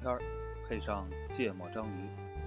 天，配上芥末章鱼。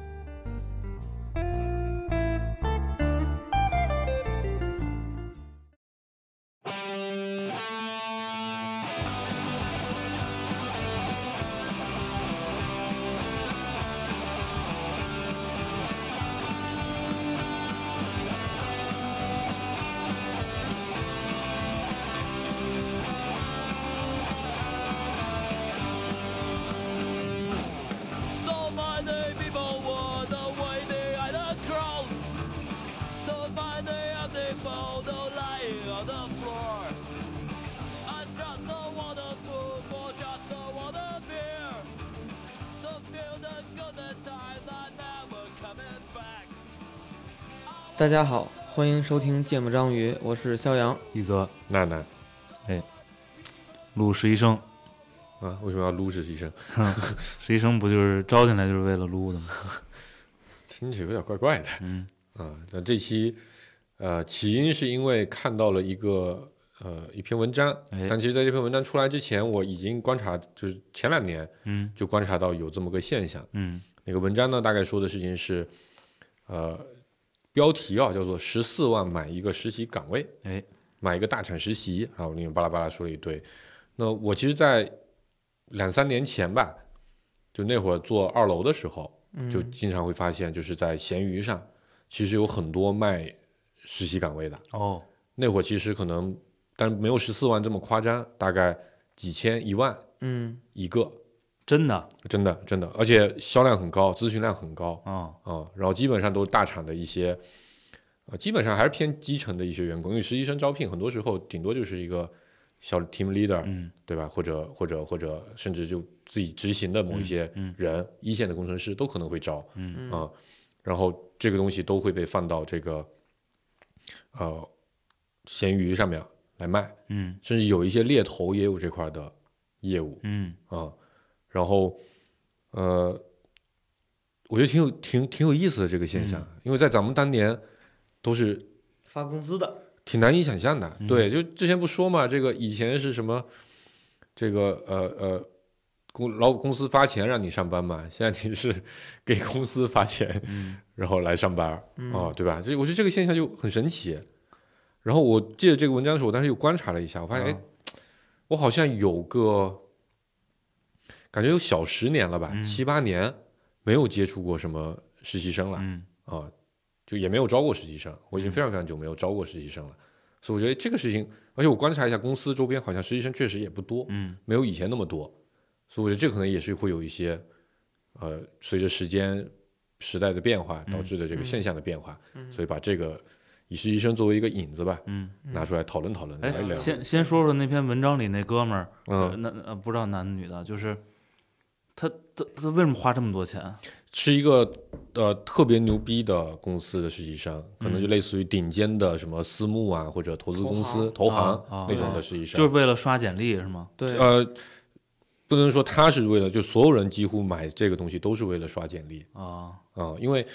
大家好，欢迎收听芥末章鱼，我是肖阳， 一泽娜娜。 录实习生啊？为什么要撸实习生？ 实习生不就是招进来就是为了撸的吗？ 听着有点怪怪的。那这期起因是因为看到了一篇文章，但其实在这篇文章出来之前，我已经观察，就是前2年就观察到有这么个现象。那个文章呢，大概说的事情是标题叫做14万买一个实习岗位，买一个大厂实习，然后里面巴拉巴拉说了一堆。那我其实在2-3年前吧，就那会儿做2楼的时候，就经常会发现，就是在闲鱼上其实有很多卖实习岗位的。那会儿其实可能但没有14万这么夸张，大概几千1万一个。真的，而且销量很高，咨询量很高。然后基本上都是大厂的一些基本上还是偏基层的一些员工，因为实习生招聘很多时候顶多就是一个小 team leader，对吧？或者甚至就自己执行的某一些人，一线的工程师都可能会招。然后这个东西都会被放到这个闲鱼上面来卖，甚至有一些猎头也有这块的业务。然后我觉得挺有意思的这个现象，因为在咱们当年都是发工资的，挺难以想象的。对，就之前不说嘛，这个以前是什么，这个公司发钱让你上班嘛，现在你是给公司发钱，然后来上班对吧？我觉得这个现象就很神奇。然后我记得这个文章的时候，我当时又观察了一下，我发现我好像有个感觉有小10年了吧，7、8年没有接触过什么实习生了。就也没有招过实习生，我已经非常非常久没有招过实习生了。所以我觉得这个事情，而且我观察一下公司周边好像实习生确实也不多，没有以前那么多。所以我觉得这可能也是会有一些随着时代的变化导致的这个现象的变化。所以把这个以实习生作为一个引子吧，拿出来讨论讨论。 先说说那篇文章里那哥们儿，不知道男的女的，就是他为什么花这么多钱？ 是一个特别牛逼的公司的实习生，可能就类似于顶尖的什么私募啊或者投资公司投行那种的实习生， 就是为了刷简历是吗？ 对， 不能说他是为了，就所有人几乎买这个东西都是为了刷简历因为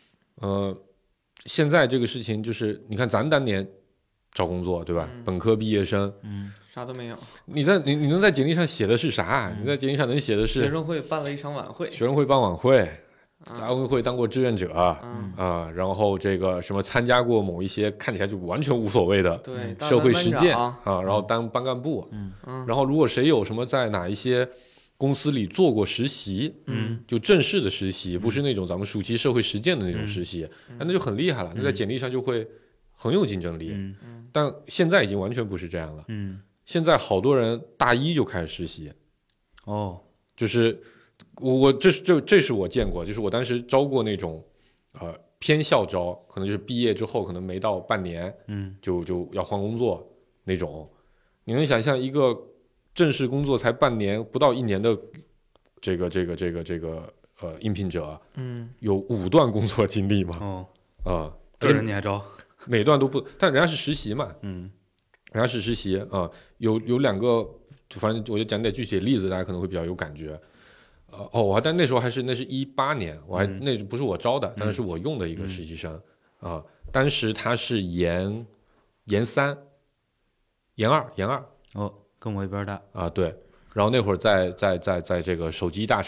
现在这个事情就是你看咱当年找工作对吧，本科毕业生啥都没有， 你能在简历上写的是啥？你在简历上能写的是学生会办了一场晚会， 学生会办晚会，在奥运会当过志愿者然后这个什么参加过某一些看起来就完全无所谓的社会实践然后当班干部，然后如果谁有什么在哪一些公司里做过实习，就正式的实习，不是那种咱们暑期社会实践的那种实习，那就很厉害了，那在简历上就会很有竞争力。但现在已经完全不是这样了。现在好多人大1就开始实习。就是这是我见过，就是我当时招过那种偏校招，可能就是毕业之后可能没到半年就要换工作那种。你能想象一个正式工作才半年不到1年的这个应聘者有5段工作经历吗？ 这人你还招？ 每段都不，但人家是实习嘛，人家是实习有2个，就反正我就讲点具体的例子，大家可能会比较有感觉。但那时候那是18年，那不是我招的，但是我用的一个实习生当时他是研3、研2， 跟我一边大对。然后那会儿在这个手机大厂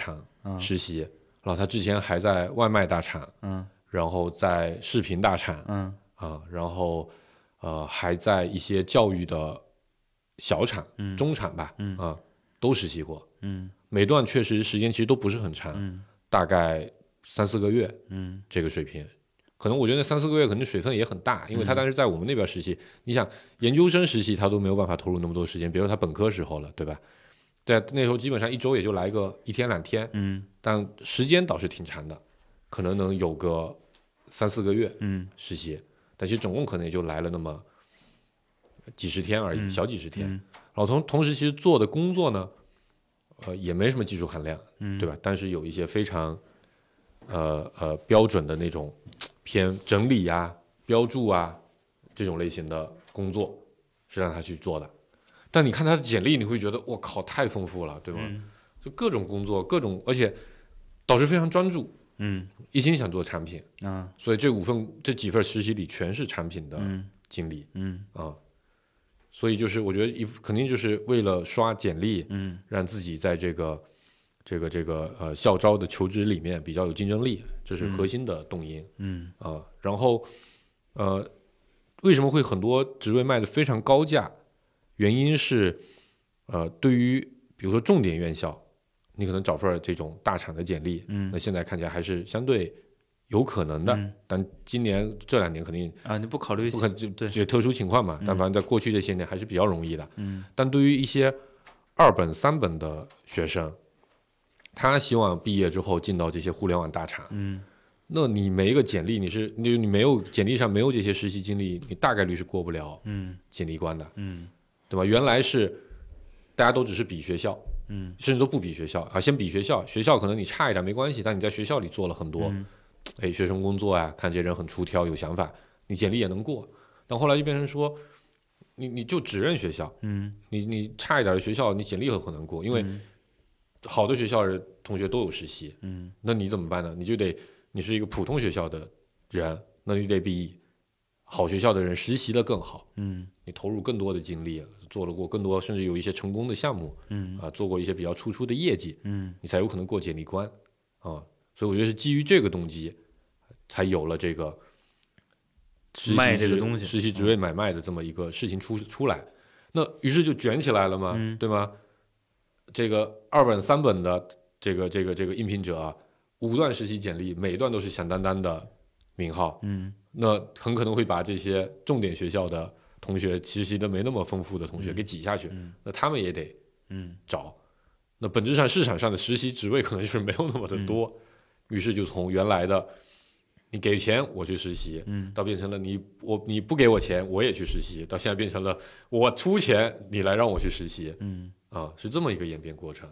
实习，然后他之前还在外卖大厂，然后在视频大厂，然后还在一些教育的小厂、中厂吧，都实习过，每段确实时间其实都不是很长，大概3-4个月，这个水平。可能我觉得3-4个月可能水分也很大，因为他当时在我们那边实习，你想研究生实习他都没有办法投入那么多时间，比如说他本科时候了，对吧？对，那时候基本上1周也就来个1天2天，但时间倒是挺长的，可能能有个3-4个月，实习，但其实总共可能也就来了那么几十天而已，小几十天。然后同时其实做的工作呢，也没什么技术含量，对吧？但是有一些非常标准的那种偏整理啊、标注啊这种类型的工作是让他去做的。但你看他的简历，你会觉得我靠太丰富了，对吗？就各种工作，各种，而且导师非常专注，一心想做产品，所以这几份实习里全是产品的经历，所以就是我觉得肯定就是为了刷简历，让自己在这个校招的求职里面比较有竞争力，这是核心的动因，然后为什么会很多职位卖的非常高价？原因是对于比如说重点院校，你可能找份这种大厂的简历，那现在看起来还是相对有可能的，但今年这2年肯定你不考虑这特殊情况嘛，但反正在过去这些年还是比较容易的，但对于一些2本3本的学生，他希望毕业之后进到这些互联网大厂，那你每一个简历你没有简历上没有这些实习经历，你大概率是过不了简历关的，对吧？原来是大家都只是比学校，甚至都不比学校啊，先比学校，学校可能你差一点没关系，但你在学校里做了很多，学生工作啊，看这人很出挑，有想法，你简历也能过。但后来就变成说，你就只认学校，你差一点的学校，你简历很难过，因为好的学校的同学都有实习，那你怎么办呢？你是一个普通学校的人，那你得比好学校的人实习的更好，你投入更多的精力，做了过更多，甚至有一些成功的项目，做过一些比较突出的业绩，你才有可能过简历关，所以我觉得是基于这个动机，才有了这个卖这个东西实习职位买卖的这么一个事情出来，那于是就卷起来了嘛，对吗？这个2本3本的这个应聘者5段实习简历，每一段都是响当当的名号，那很可能会把这些重点学校的同学实习的没那么丰富的同学给挤下去，那他们也得找，那本质上市场上的实习职位可能就是没有那么的多，于是就从原来的你给钱我去实习，到变成了你不给我钱我也去实习，到现在变成了我出钱你来让我去实习，是这么一个演变过程，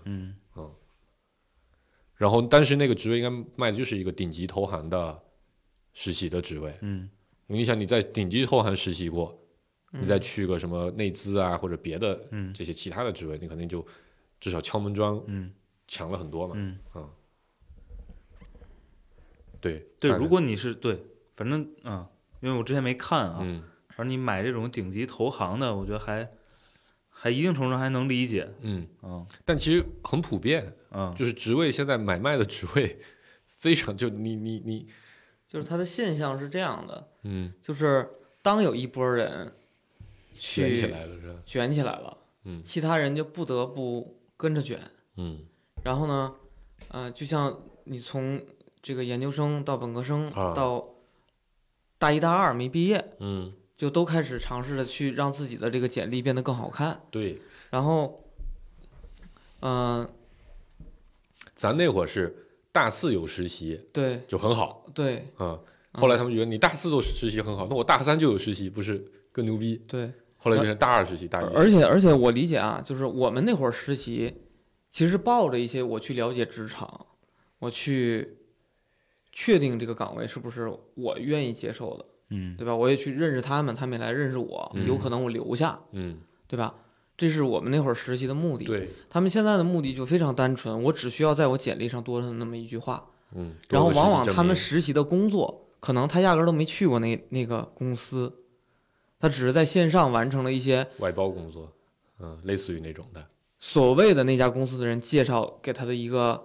然后但是那个职位应该卖的就是一个顶级投行的实习的职位，因为你想你在顶级投行实习过，你再去个什么内资啊或者别的这些其他的职位，你肯定就至少敲门砖强了很多嘛，对， 如果你是反正因为我之前没看而你买这种顶级投行的，我觉得还一定程度上还能理解， 但其实很普遍，就是职位现在买卖的职位非常就你就是它的现象是这样的，就是当有一波人卷起来了是吧？ 卷起来了，其他人就不得不跟着卷，然后呢，就像你从这个研究生到本科生到大1大2没毕业，就都开始尝试着去让自己的这个简历变得更好看， 对， 然后咱那会儿是大4有实习， 对， 就很好， 对， 后来他们觉得你大4都实习很好，那我大3就有实习，不是更牛逼？ 对， 后来变成大2实习，大1。 而且我理解就是我们那会儿实习，其实抱着一些我去了解职场，我去确定这个岗位是不是我愿意接受的，对吧？我也去认识他们，他们也来认识我，有可能我留下，对吧？这是我们那会儿实习的目的。 对， 他们现在的目的就非常单纯，我只需要在我简历上多了那么一句话，然后往往他们实习的工作，可能他压根都没去过那个公司，他只是在线上完成了一些外包工作，类似于那种的。 所谓的那家公司的人介绍给他的一个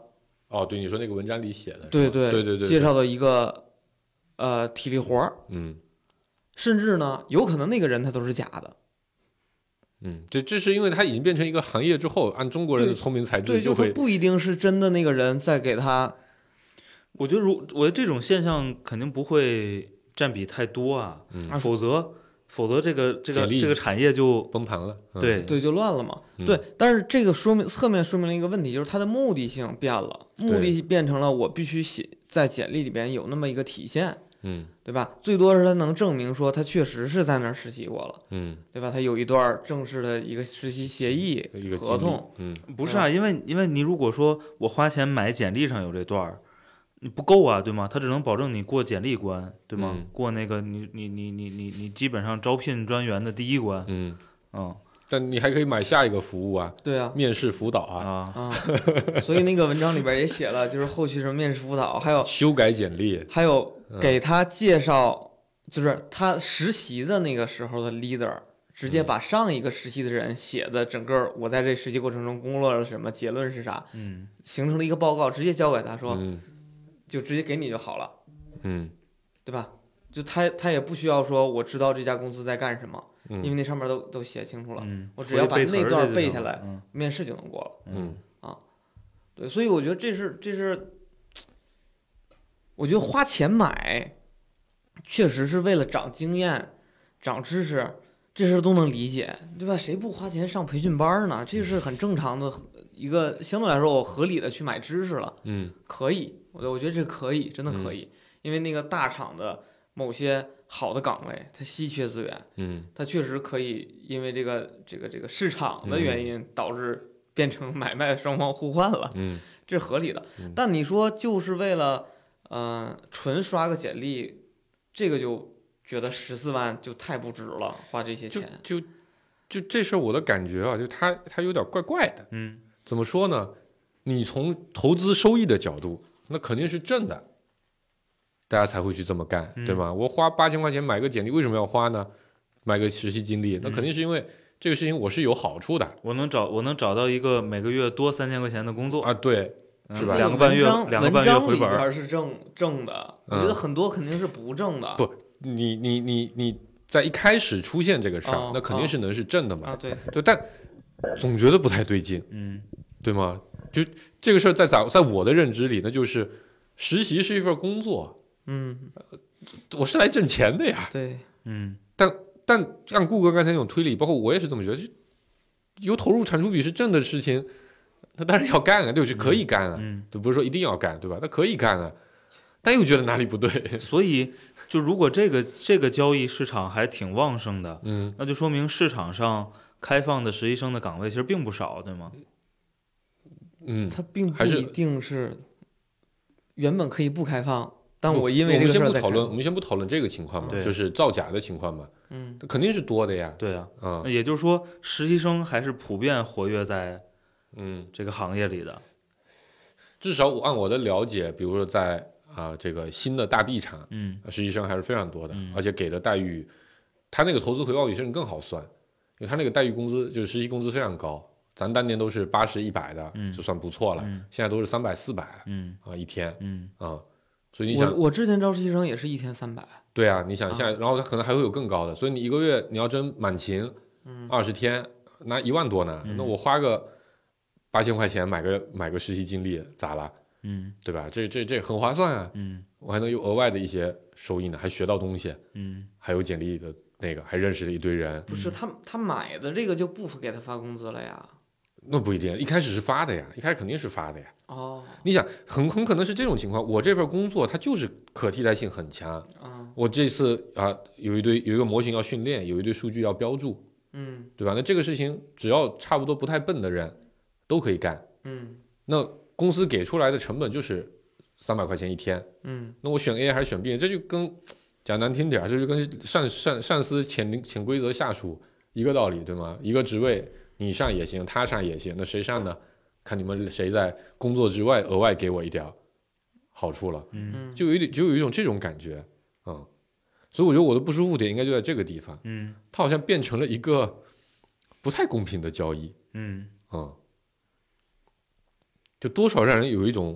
哦，对，你说那个文章里写的， 对对， 介绍的一个体力活儿，甚至呢，有可能那个人他都是假的。 这是因为他已经变成一个行业之后，按中国人的聪明才智就会不一定是真的那个人在给他。 我觉得这种现象肯定不会占比太多啊，否则这个产业就崩盘了， 对， 就乱了嘛。对，但是这个侧面说明了一个问题，就是它的目的性变了，目的变成了我必须写在简历里边有那么一个体现，对吧？最多是他能证明说他确实是在那儿实习过了，对吧？他有一段正式的一个实习协议合同， 不是啊，因为你如果说我花钱买简历上有这段儿。你不够啊，对吗？他只能保证你过简历关，对吗？过那个你基本上招聘专员的第一关， 但你还可以买下一个服务啊， 对啊， 面试辅导啊， 所以那个文章里边也写了，就是后续什么面试辅导，还有修改简历， 还有给他介绍，就是他实习的那个时候的 leader。直接把上一个实习的人写的整个我在这实习过程中工作了什么，结论是啥，形成了一个报告，直接交给他说，就直接给你就好了，对吧？就他也不需要说我知道这家公司在干什么，因为那上面都写清楚了，我只要把那段背下来，面试就能过了，对，所以我觉得这是，我觉得花钱买，确实是为了长经验、长知识。这事都能理解，对吧？谁不花钱上培训班呢？这是很正常的一个，相对来说我合理的去买知识了。可以，我觉得这可以，真的可以，因为那个大厂的某些好的岗位，它稀缺资源，它确实可以因为这个市场的原因导致变成买卖双方互换了，这是合理的。但你说就是为了纯刷个简历，这个就。觉得14万就太不值了，花这些钱。 就这事儿，我的感觉啊，就他有点怪怪的。怎么说呢？你从投资收益的角度，那肯定是正的，大家才会去这么干，对吗？我花8000块钱买个简历，为什么要花呢？买个实习经历，那肯定是因为这个事情我是有好处的。 我能找到一个每个月多3000块钱的工作啊，对，是吧 ？2个半月回本。 文章里边是正的，我觉得很多肯定是不正的。 不。你在一开始出现这个事儿，那肯定是能是正的嘛？ 对， 但总觉得不太对劲，对吗？就这个事儿在我的认知里，那就是实习是一份工作，我是来挣钱的呀， 对， 但按顾哥刚才那种推理，包括我也是这么觉得，有投入产出比是正的事情，那当然要干啊，对不对？可以干啊，都不是说一定要干，对吧？那可以干啊，但又觉得哪里不对， 所以。就如果这个交易市场还挺旺盛的，那就说明市场上开放的实习生的岗位其实并不少，对吗？ 它并不一定是原本可以不开放，但我因为这个事儿在我们先不讨论这个情况嘛，就是造假的情况嘛，肯定是多的呀。 对啊，也就是说，实习生还是普遍活跃在这个行业里的。 至少按我的了解，比如说在。这个新的大 B 厂，实习生还是非常多的，而且给的待遇，他那个投资回报比甚至更好算，因为他那个待遇工资就是实习工资非常高，咱当年都是80、100的，就算不错了，现在都是300、400，一天，所以你想， 我之前招实习生也是一天300， 对啊，你想现在，然后他可能还会有更高的，所以你一个月你要真满勤，20天拿1万多呢，那我花个8000块钱买个实习经历咋了？对吧？这很划算啊！我还能有额外的一些收益呢，还学到东西，还有简历的那个，还认识了一堆人。 不是他买的这个就不给他发工资了呀？ 那不一定，一开始是发的呀，一开始肯定是发的呀。你想，很可能是这种情况。我这份工作它就是可替代性很强。我这次有一个模型要训练，有一堆数据要标注，对吧？那这个事情只要差不多不太笨的人都可以干。那公司给出来的成本就是300块钱一天，那我选 A 还是选 B？ 这就跟讲难听点，这就跟上司潜规则下属一个道理，对吗？一个职位你上也行，他上也行，那谁上呢？看你们谁在工作之外额外给我一点好处了，就有一种这种感觉，所以我觉得我的不舒服点应该就在这个地方，它好像变成了一个不太公平的交易，就多少让人有一种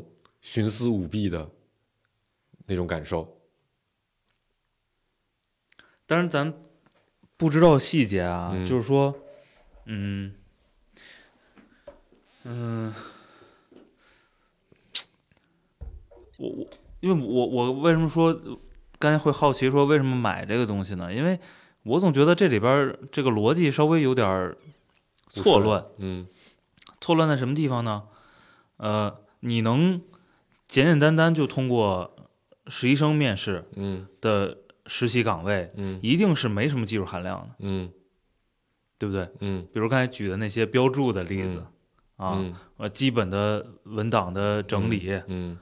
徇私舞弊的那种感受。 当然咱不知道细节啊，就是说，因为我为什么说刚才会好奇说为什么买这个东西呢？因为我总觉得这里边这个逻辑稍微有点错乱。错乱在什么地方呢？你能简简单单就通过实习生面试的实习岗位，一定是没什么技术含量的，对不对？比如刚才举的那些标注的例子，基本的文档的整理，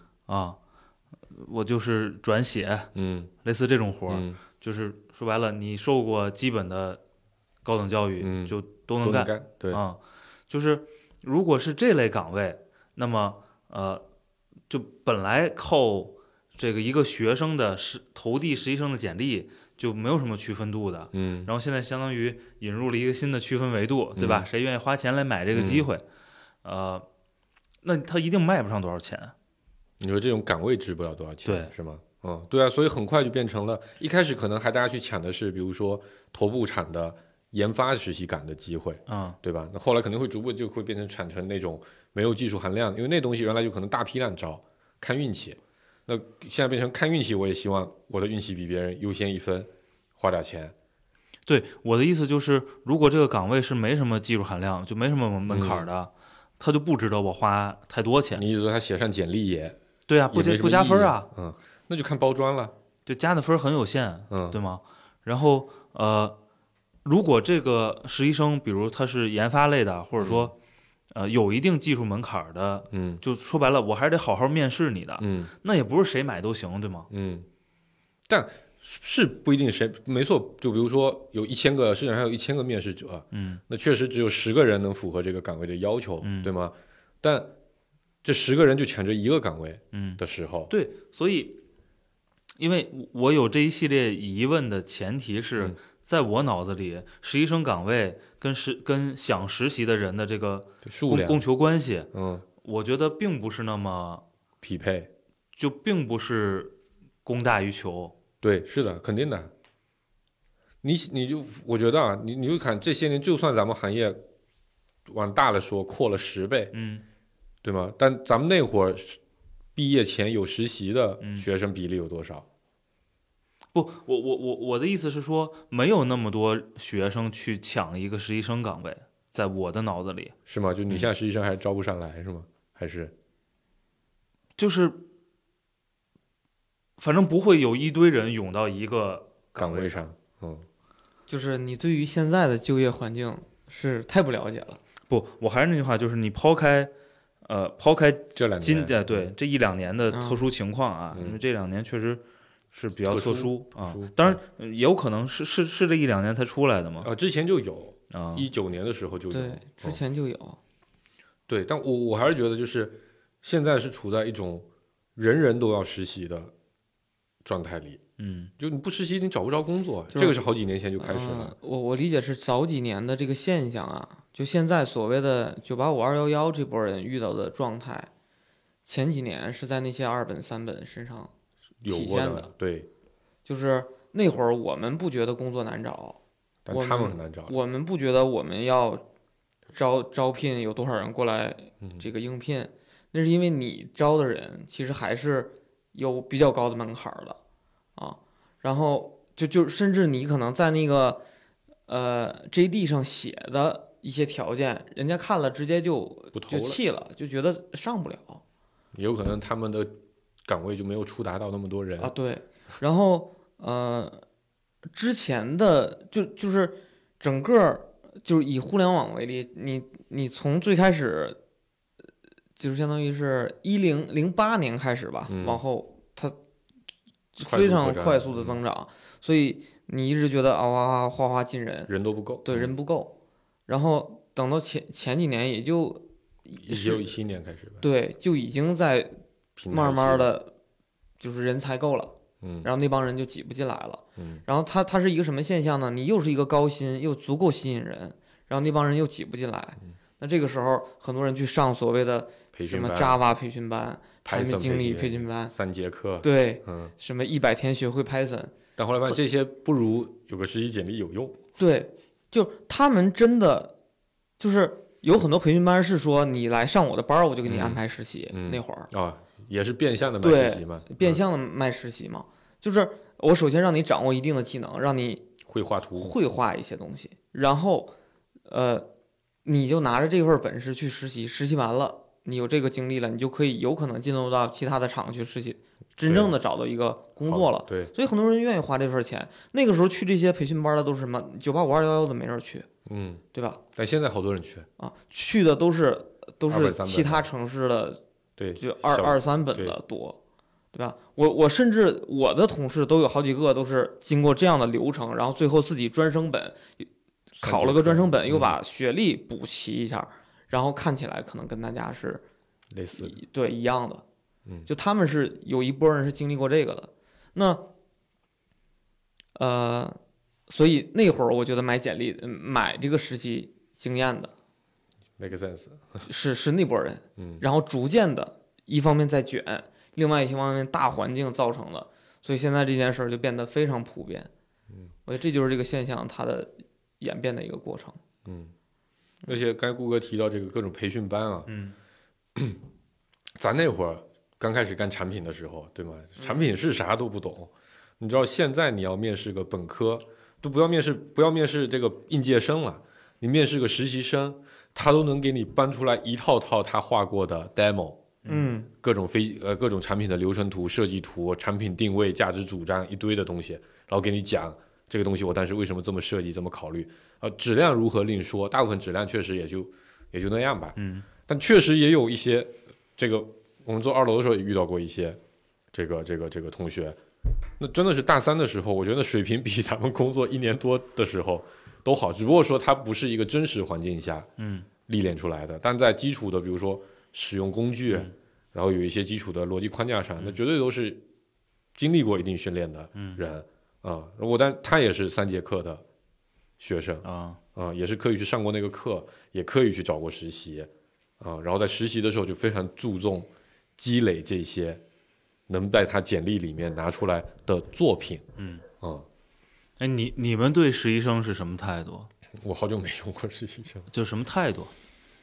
我就是转写，类似这种活儿，就是说白了，你受过基本的高等教育，就都能干， 对， 就是如果是这类岗位，那么就本来靠这个一个学生的投递实习生的简历就没有什么区分度的，然后现在相当于引入了一个新的区分维度，对吧？谁愿意花钱来买这个机会，那他一定卖不上多少钱。 你说这种岗位值不了多少钱， 对， 是吗？对啊，所以很快就变成了，一开始可能还大家去抢的是，比如说头部产的研发实习岗的机会，对吧？那后来可能会逐步就会变成产成那种没有技术含量，因为那东西原来就可能大批量招，看运气。那现在变成看运气，我也希望我的运气比别人优先一分，花点钱。 对，我的意思就是，如果这个岗位是没什么技术含量，就没什么门槛的，他就不值得我花太多钱。 你意思说他写上简历也？ 对啊，不加分啊， 那就看包装了， 就加的分很有限，对吗？然后如果这个实习生，比如他是研发类的，或者说有一定技术门槛的，就说白了，我还是得好好面试你的，那也不是谁买都行，对吗？ 但是不一定谁没错，就比如说有1000个市场上有1000个面试者，那确实只有10个人能符合这个岗位的要求，对吗？但这10个人就抢这一个岗位的时候， 对，所以因为我有这一系列疑问的前提是，在我脑子里，实习生岗位跟想实习的人的这个供求关系，我觉得并不是那么匹配， 就并不是供大于求。 对，是的，肯定的。你就我觉得啊，你就看这些年，就算咱们行业往大了说扩了10倍，对吗？但咱们那会儿毕业前有实习的学生比例有多少？ 不，我的意思是说，没有那么多学生去抢一个实习生岗位，在我的脑子里是吗？就你现在实习生还招不上来是吗？还是就是反正不会有一堆人涌到一个岗位上， 就是你对于现在的就业环境是太不了解了。 不，我还是那句话，就是你抛开这2年， 对这1-2年的特殊情况啊，因为这2年确实是比较特殊啊。当然也有可能是这1-2年才出来的嘛。 之前就有，19年的时候就有， 对，之前就有。 对，但我还是觉得，就是现在是处在一种人人都要实习的状态里。就你不实习，你找不着工作，这个是好几年前就开始了。 我理解是早几年的这个现象啊，就现在所谓的985、211这波人遇到的状态，前几年是在那些2本3本身上体现的。 对， 就是那会儿我们不觉得工作难找， 但他们很难找。 我们不觉得我们要招聘有多少人过来这个应聘，那是因为你招的人其实还是有比较高的门槛的。然后就甚至你可能在那个JD 上写的一些条件，人家看了直接就弃了，就觉得上不了。 也有可能他们的岗位就没有触达到那么多人啊。对，然后之前的就是整个就是以互联网为例，你从最开始就是相当于是1008年开始吧，往后它非常快速的增长，所以你一直觉得哗进人都不够， 对，人不够。然后等到前几年，也就 1917年开始吧， 对，就已经在慢慢的，就是人才够了，然后那帮人就挤不进来了，然后它是一个什么现象呢？你又是一个高薪又足够吸引人，然后那帮人又挤不进来，那这个时候很多人去上所谓的什么培训班 Java 培训班、产品 Python 经理培训培训班， 3节课， 对， 嗯， 什么100天学会 Python， 但后来发现这些不如有个实习简历有用。 对，就他们真的就是有很多培训班是说你来上我的班，我就给你安排实习，那会儿啊，也是变相的卖实习嘛， 变相的卖实习嘛，就是我首先让你掌握一定的技能，让你会画图， 会画一些东西，然后你就拿着这份本事去实习，实习完了你有这个经历了，你就可以有可能进入到其他的厂去实习，真正的找到一个工作了。 对， 所以很多人愿意花这份钱。那个时候去这些培训班的都是什么985、211的没人去，对吧？ 但现在好多人去啊，去的都是 230 其他城市的， 对， 就223本的多，对吧？我甚至我的同事都有好几个都是经过这样的流程，然后最后自己专升本考了个专升本，又把学历补齐一下，然后看起来可能跟大家是类似， 对一样的。就他们是有一波人是经历过这个的。那所以那会儿我觉得买简历、买这个实习经验的 make sense， 是那波人，然后逐渐的，一方面在卷，另外一方面大环境造成的，所以现在这件事儿就变得非常普遍。我觉得这就是这个现象它的演变的一个过程。 而且刚才顾哥提到这个各种培训班啊，咱那会儿刚开始干产品的时候，对吗？产品是啥都不懂，你知道现在你要面试个本科，都不要面试这个应届生了，你面试个实习生，他都能给你搬出来一套套他画过的 demo，各种产品的流程图、设计图、产品定位、价值主张一堆的东西，然后给你讲这个东西我当时为什么这么设计、这么考虑，质量如何另说，大部分质量确实也就那样吧，但确实也有一些这个我们做2楼的时候也遇到过一些这个同学，那真的是大3的时候，我觉得水平比咱们工作1年多的时候都好，只不过说它不是一个真实环境下历练出来的，但在基础的比如说使用工具，然后有一些基础的逻辑框架上，那绝对都是经历过一定训练的人但他也是3节课的学生也是刻意去上过那个课，也刻意去找过实习然后在实习的时候就非常注重积累这些能在他简历里面拿出来的作品。 你们对实习生是什么态度？ 我好久没用过实习生， 就什么态度？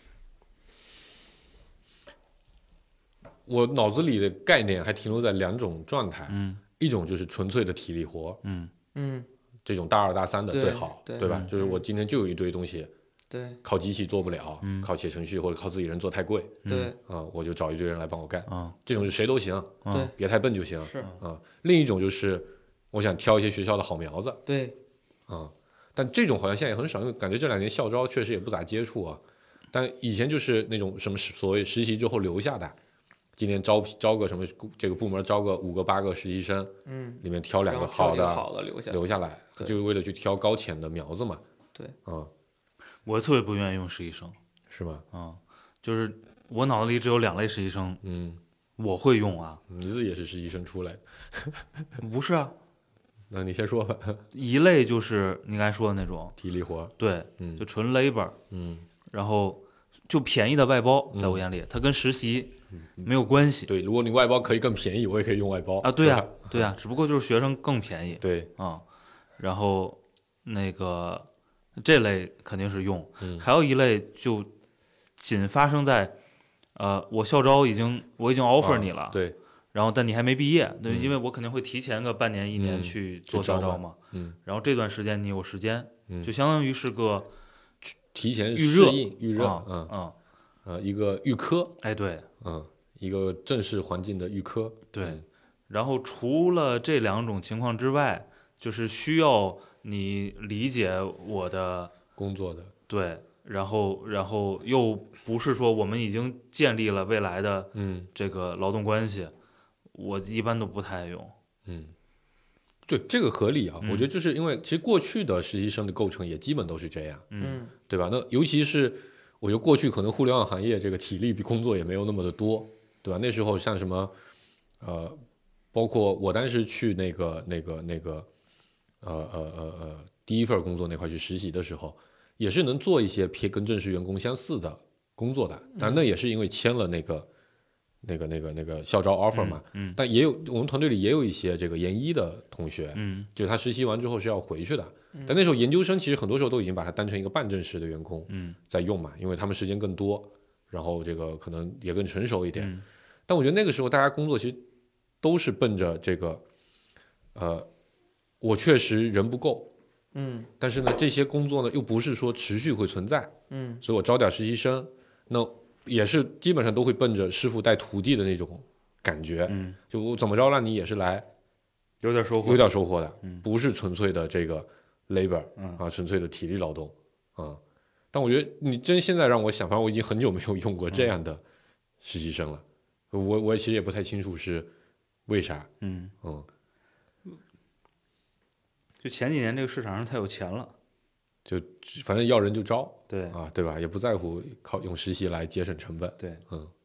我脑子里的概念还停留在2种状态，一种就是纯粹的体力活，这种大2大3的最好，对吧？就是我今天就有一堆东西， 对， 靠机器做不了，靠写程序或者靠自己人做太贵， 对我就找一堆人来帮我干，这种是谁都行， 对， 别太笨就行， 是另一种就是我想挑一些学校的好苗子， 对， 但这种好像现在也很少，因为感觉这2年校招确实也不咋接触啊。但以前就是那种什么所谓实习之后留下的，今年招个什么这个部门招个5个8个实习生，里面挑2个好的留下来，就是为了去挑高潜的苗子嘛。 对， 我特别不愿意用实习生， 是吗？ 就是我脑子里只有2类实习生，我会用啊。 你自己也是实习生出来的？ 不是啊。 那你先说吧。 一类就是你刚才说的那种体力活， 对，就纯 labor，然后就便宜的外包，在我眼里，它跟实习没有关系。 对，如果你外包可以更便宜，我也可以用外包啊。对呀，对呀，只不过就是学生更便宜。 对然后那个这类肯定是用，还有一类就仅发生在我校招我已经 offer 你了， 对。 然后但你还没毕业，对，因为我肯定会提前个半年1年去做校招嘛，然后这段时间你有时间，就相当于是个提前预热，一个预科， 哎对， 一个正式环境的预科， 对，然后除了这2种情况之外，就是需要你理解我的工作的， 对，然后又不是说我们已经建立了未来的这个劳动关系。我一般都不太爱用， 对，这个合理啊。我觉得就是因为其实过去的实习生的构成也基本都是这样，对吧？那尤其是我觉得过去可能互联网行业这个体力比工作也没有那么的多，对吧？那时候像什么包括我当时去那个第一份工作那块去实习的时候，也是能做一些跟正式员工相似的工作的，但那也是因为签了那个校招 offer 嘛，但也有我们团队里也有一些这个研一的同学，就是他实习完之后是要回去的，但那时候研究生其实很多时候都已经把它当成一个半正式的员工，在用嘛，因为他们时间更多，然后这个可能也更成熟一点，但我觉得那个时候大家工作其实都是奔着这个，我确实人不够，但是呢这些工作呢又不是说持续会存在，所以我招点实习生，那也是基本上都会奔着师傅带徒弟的那种感觉，就我怎么着让你也是来有点收获的，不是纯粹的这个 labor 纯粹的体力劳动但我觉得你真现在让我想，反正我已经很久没有用过这样的实习生了，我其实也不太清楚是为啥， 就前几年这个市场上太有钱了， 就反正要人就招， 对对吧？也不在乎靠用实习来节省成本， 对，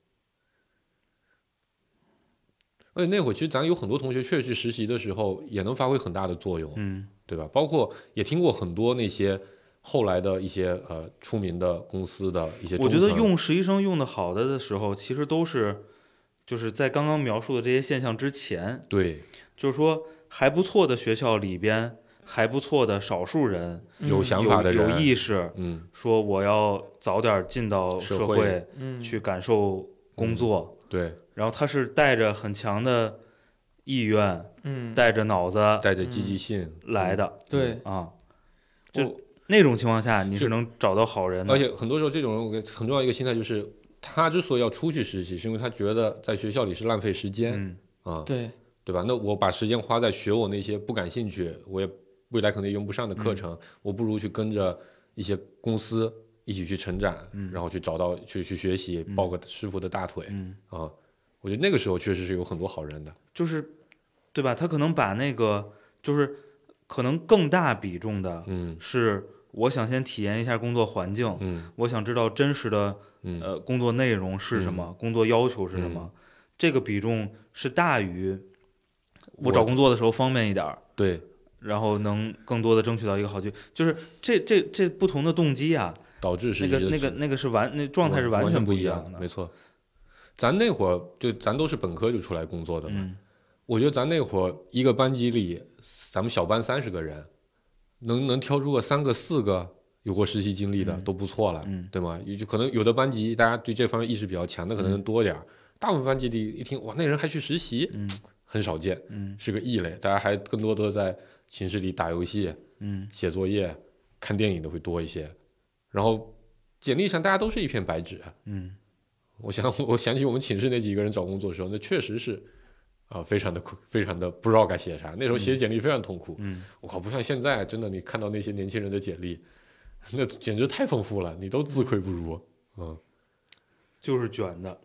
而且那会儿其实咱有很多同学确实去实习的时候也能发挥很大的作用，对吧？包括也听过很多那些后来的一些出名的公司的一些中层， 我觉得用实习生用的好的时候，其实都是就是在刚刚描述的这些现象之前， 对， 就是说还不错的学校里边。还不错的少数人， 有想法的人， 有意识，说我要早点进到社会，去感受工作， 对。 然后他是带着很强的意愿，带着脑子， 带着积极性来的， 对啊，就那种情况下，你是能找到好人的。 而且很多时候，这种人很重要一个心态就是，他之所以要出去实习，是因为他觉得在学校里是浪费时间，对吧？那我把时间花在学我那些不感兴趣，我也未来可能也用不上的课程，我不如去跟着一些公司一起去成长，然后去找到去学习，抱个师傅的大腿，我觉得那个时候确实是有很多好人的， 就是对吧？他可能把那个就是可能更大比重的，是我想先体验一下工作环境，我想知道真实的工作内容是什么，工作要求是什么，这个比重是大于我找工作的时候方便一点， 对。 然后能更多的争取到一个好就是这不同的动机啊， 导致实习那个是那状态是完全不一样的， 没错。咱那会儿咱都是本科就出来工作的嘛，我觉得咱那会儿一个班级里，咱们小班30个人，能挑出个3个4个有过实习经历的都不错了，对吗？就可能有的班级大家对这方面意识比较强的可能多点，大部分班级里一听哇那人还去实习，很少见，是个异类，大家还更多都在寝室里打游戏，写作业、看电影的会多一些，然后简历上大家都是一片白纸，我想起我们寝室那几个人找工作的时候，那确实是非常的不知道该写啥，那时候写简历非常痛苦，我靠，不像现在，真的你看到那些年轻人的简历，那简直太丰富了，你都自愧不如， 就是卷的，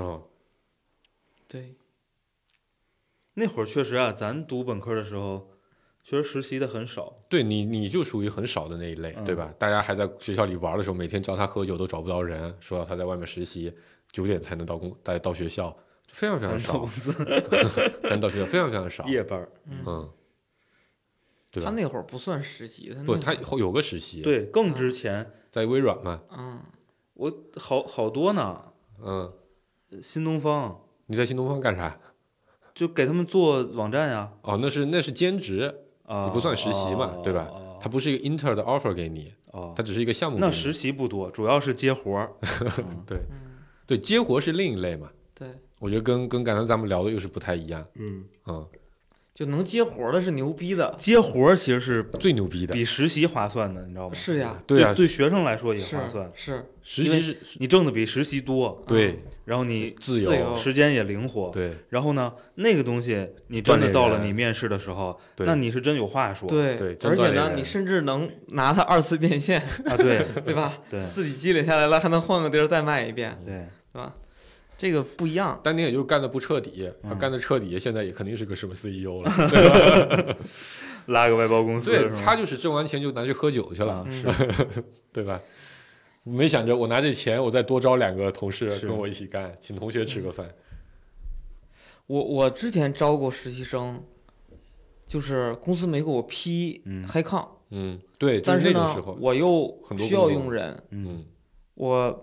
对， 那会儿确实啊，咱读本科的时候。确实实习的很少， 对你就属于很少的那一类，对吧？大家还在学校里玩的时候，每天找他喝酒都找不到人，说他在外面实习，9点才能到学校，非常非常少，才能到学校，非常非常少， 夜班， 对吧？ 他那会儿不算实习， 他有个实习， 对，更之前在微软嘛， 我好多呢，新东方， 你在新东方干啥？ 就给他们做网站呀， 那是兼职。你不算实习嘛，对吧？它不是一个 inter 的 offer 给你，它只是一个项目。 那实习不多，主要是接活儿。 对，接活是另一类嘛。 对， 我觉得跟刚才咱们聊的又是不太一样。 就能接活的是牛逼的， 接活其实是最牛逼的， 比实习划算的，你知道吗？ 是呀， 对呀， 对学生来说也划算。 是实习是你挣的比实习多， 对， 然后你自由， 时间也灵活， 对。 然后呢，那个东西你真的到了你面试的时候，那你是真有话说。 对，而且呢，你甚至能拿它2次变现啊，对， 对吧？ 对， 自己积累下来了，还能换个地儿再卖一遍， 对吧？这个不一样， 但你也就是干的不彻底，他干的彻底，现在也肯定是个什么 CEO 了，对吧？ 拉个外包公司， 对，他就是挣完钱就拿去喝酒去了，对吧？没想着我拿这钱，我再多招2个同事跟我一起干，请同学吃个饭。 我之前招过实习生，就是公司没给我批嗨抗， 对， 但是呢，我又需要用人，我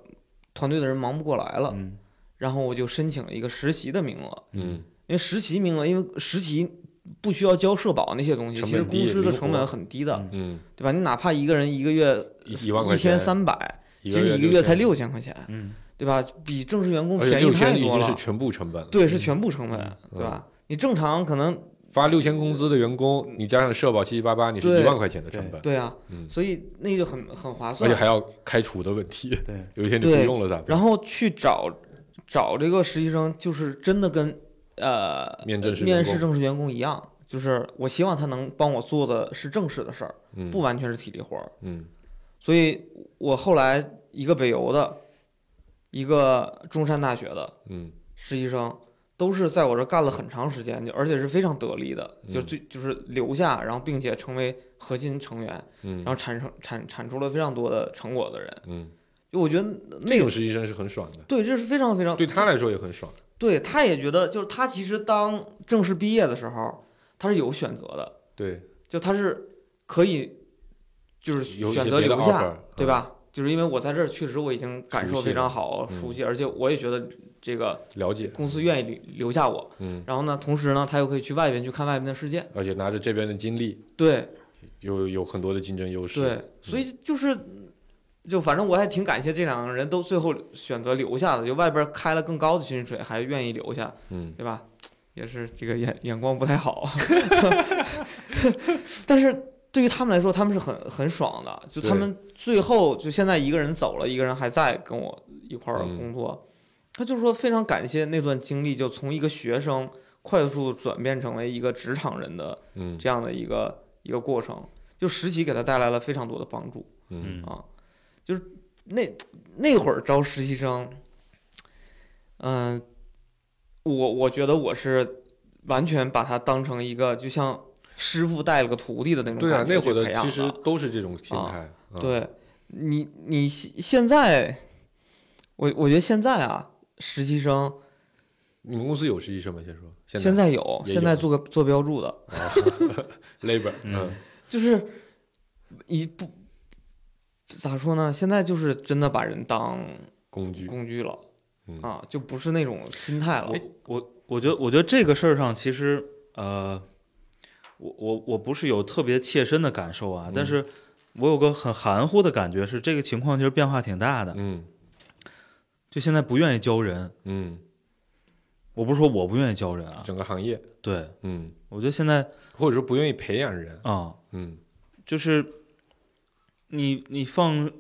团队的人忙不过来了，然后我就申请了一个实习的名额，因为实习名额，因为实习不需要交社保那些东西，其实公司的成本很低的，对吧？你哪怕一个人一个月1300，其实一个月才6000块钱，对吧？比正式员工便宜太多了。 已经是全部成本了。 对，是全部成本，对吧？你正常可能发6000工资的员工，你加上社保788，你是1万块钱的成本。 对啊，所以那就很划算。 而且还要开除的问题，对，有一天就不用了咋办？ 然后去找这个实习生，就是真的跟面试正式员工一样，就是我希望他能帮我做的是正式的事儿，不完全是体力活儿。所以我后来一个北邮的，一个中山大学的，实习生都是在我这干了很长时间，而且是非常得力的，就是留下，然后并且成为核心成员，然后产出了非常多的成果的人。就我觉得那种实习生是很爽的。 对，这是非常非常对他来说也很爽。 对，他也觉得，就是他其实当正式毕业的时候，他是有选择的。 对， 就他是可以，就是选择留下，对吧？就是因为我在这儿确实我已经感受非常好，熟悉，而且我也觉得这个了解公司愿意留下我。然后呢，同时呢，他又可以去外边去看外边的世界， 而且拿着这边的经历， 对， 有很多的竞争优势。 对，所以就反正我还挺感谢这两个人都最后选择留下的，就外边开了更高的薪水还愿意留下，对吧？也是这个眼光不太好，但是对于他们来说，他们是很爽的，就他们最后就现在一个人走了，一个人还在跟我一块儿工作，他就说非常感谢那段经历，就从一个学生快速转变成为一个职场人的这样的一个过程，就实习给他带来了非常多的帮助，就是那会儿招实习生，我觉得我是完全把他当成一个就像师傅带了个徒弟的那种感觉。 对啊，那会儿的其实都是这种心态。 对，你现在，我觉得现在啊，实习生， 你们公司有实习生吗？先说。 现在有，现在做标注的。 labor， 就是不咋说呢？现在就是真的把人当工具了。就不是那种心态了。 我觉得这个事儿上，其实我不是有特别切身的感受啊，但是我有个很含糊的感觉，是这个情况其实变化挺大的。就现在不愿意教人。我不是说我不愿意教人啊， 整个行业。 对，我觉得现在或者说不愿意培养人啊，就是你放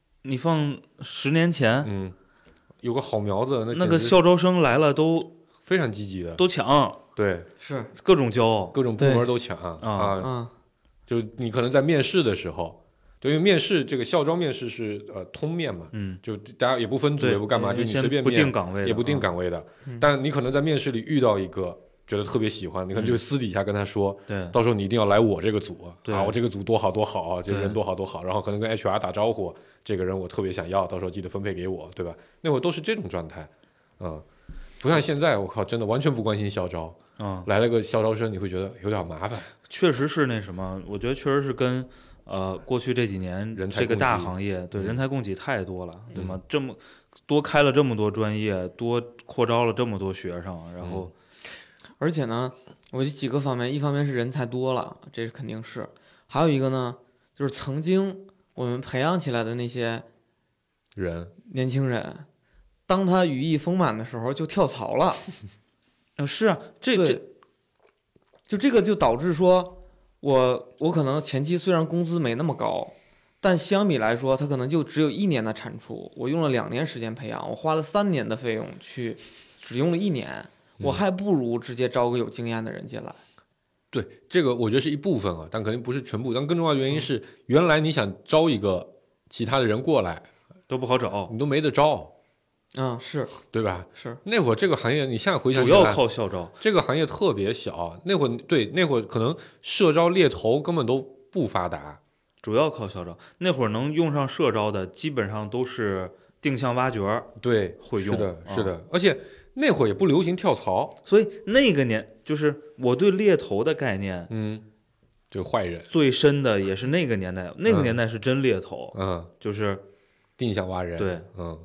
10年前， 有个好苗子， 那个校招生来了都非常积极的， 都抢， 对， 是各种教， 各种部门都抢啊。就你可能在面试的时候，就因为面试这个校招面试是通面嘛，就大家也不分组也不干嘛，就你随便面， 不定岗位， 也不定岗位的。但你可能在面试里遇到一个觉得特别喜欢，你可能就私底下跟他说， 对， 到时候你一定要来我这个组啊， 我这个组多好多好啊，这人多好多好，然后可能跟 HR 打招呼，这个人我特别想要，到时候记得分配给我，对吧？那会儿都是这种状态，不像现在，我靠，真的完全不关心校招，来了个校招生，你会觉得有点麻烦。 确实是那什么，我觉得确实是跟过去这几年这个大行业对人才供给太多了，对吗？这么多开了这么多专业，多扩招了这么多学生，然后。 而且呢，我觉得几个方面，一方面是人才多了，这是肯定是，还有一个呢，就是曾经我们培养起来的那些年轻人，当他羽翼丰满的时候就跳槽了。 是啊，这个就导致说，我可能前期虽然工资没那么高，但相比来说，他可能就只有1年的产出，我用了2年时间培养，我花了3年的费用去，只用了1年。我还不如直接招个有经验的人进来。 对，这个我觉得是一部分啊，但肯定不是全部。但更重要的原因是，原来你想招一个其他的人过来都不好找， 你都没得招。 是， 对吧？ 是。 那会儿这个行业，你现在回想起来， 主要靠校招。 这个行业特别小，那会儿可能社招猎头根本都不发达， 主要靠校招。那会儿能用上社招的，基本上都是定向挖掘， 对， 会用。 是的，而且。那会儿也不流行跳槽， 所以那个年就是我对猎头的概念， 就是坏人最深的也是那个年代，那个年代是真猎头， 就是定向挖人，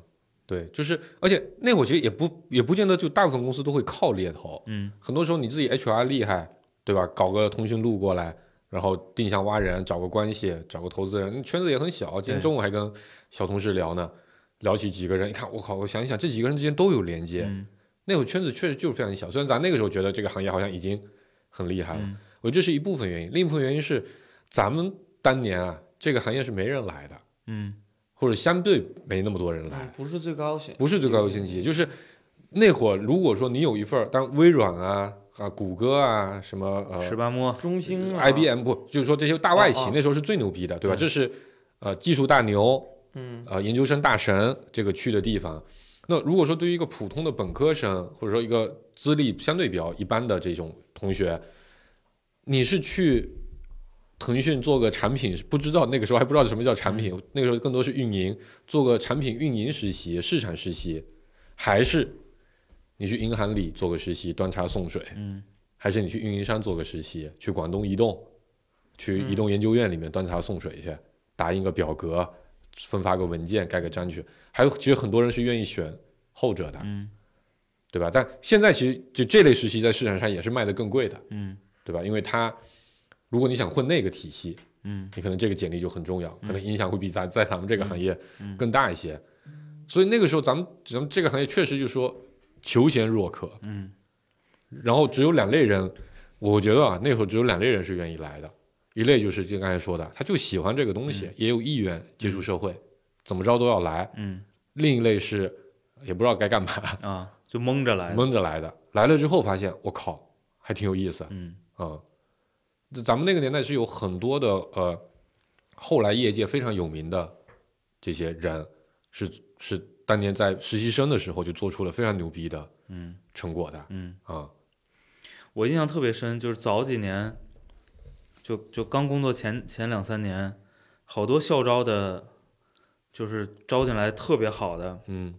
对，就是而且那会儿其实也不见得就大部分公司都会靠猎头，很多时候你自己 HR 厉害，对吧？搞个通讯录过来，然后定向挖人，找个关系，找个投资人，圈子也很小。今天中午还跟小同事聊呢，聊起几个人，一看我靠，我想一想，这几个人之间都有连接。那会儿圈子确实就是非常小，虽然咱那个时候觉得这个行业好像已经很厉害了，我觉得这是一部分原因，另一部分原因是咱们当年啊，这个行业是没人来的，或者相对没那么多人来， 不是最高不是最高优先级，就是那会儿如果说你有一份，当然微软啊、谷歌啊、什么 18摸、 中兴、 IBM 不，就是说这些大外企那时候是最牛逼的，对吧？这是技术大牛，研究生大神这个去的地方。那如果说对于一个普通的本科生，或者说一个资历相对比较一般的这种同学，你是去腾讯做个产品，不知道那个时候还不知道什么叫产品，那个时候更多是运营，做个产品运营实习、市场实习，还是你去银行里做个实习，端茶送水，还是你去运营商做个实习，去广东移动，去移动研究院里面端茶送水去，打印个表格，分发个文件，盖个章去。还有其实很多人是愿意选后者的，对吧？但现在其实就这类实习在市场上也是卖得更贵的，对吧？因为它如果你想混那个体系，你可能这个简历就很重要，可能影响会比在咱们这个行业更大一些。所以那个时候咱们这个行业确实就是说求贤若渴，然后只有两类人，我觉得啊，那会儿只有两类人是愿意来的，一类就是就刚才说的，他就喜欢这个东西，也有意愿接触社会，怎么着都要来。另一类是也不知道该干嘛啊，就蒙着来的，来了之后发现我靠，还挺有意思。咱们那个年代是有很多的后来业界非常有名的这些人，是当年在实习生的时候就做出了非常牛逼的成果的。 我印象特别深，就是早几年，就刚工作前2-3年，好多校招的，就是招进来特别好的，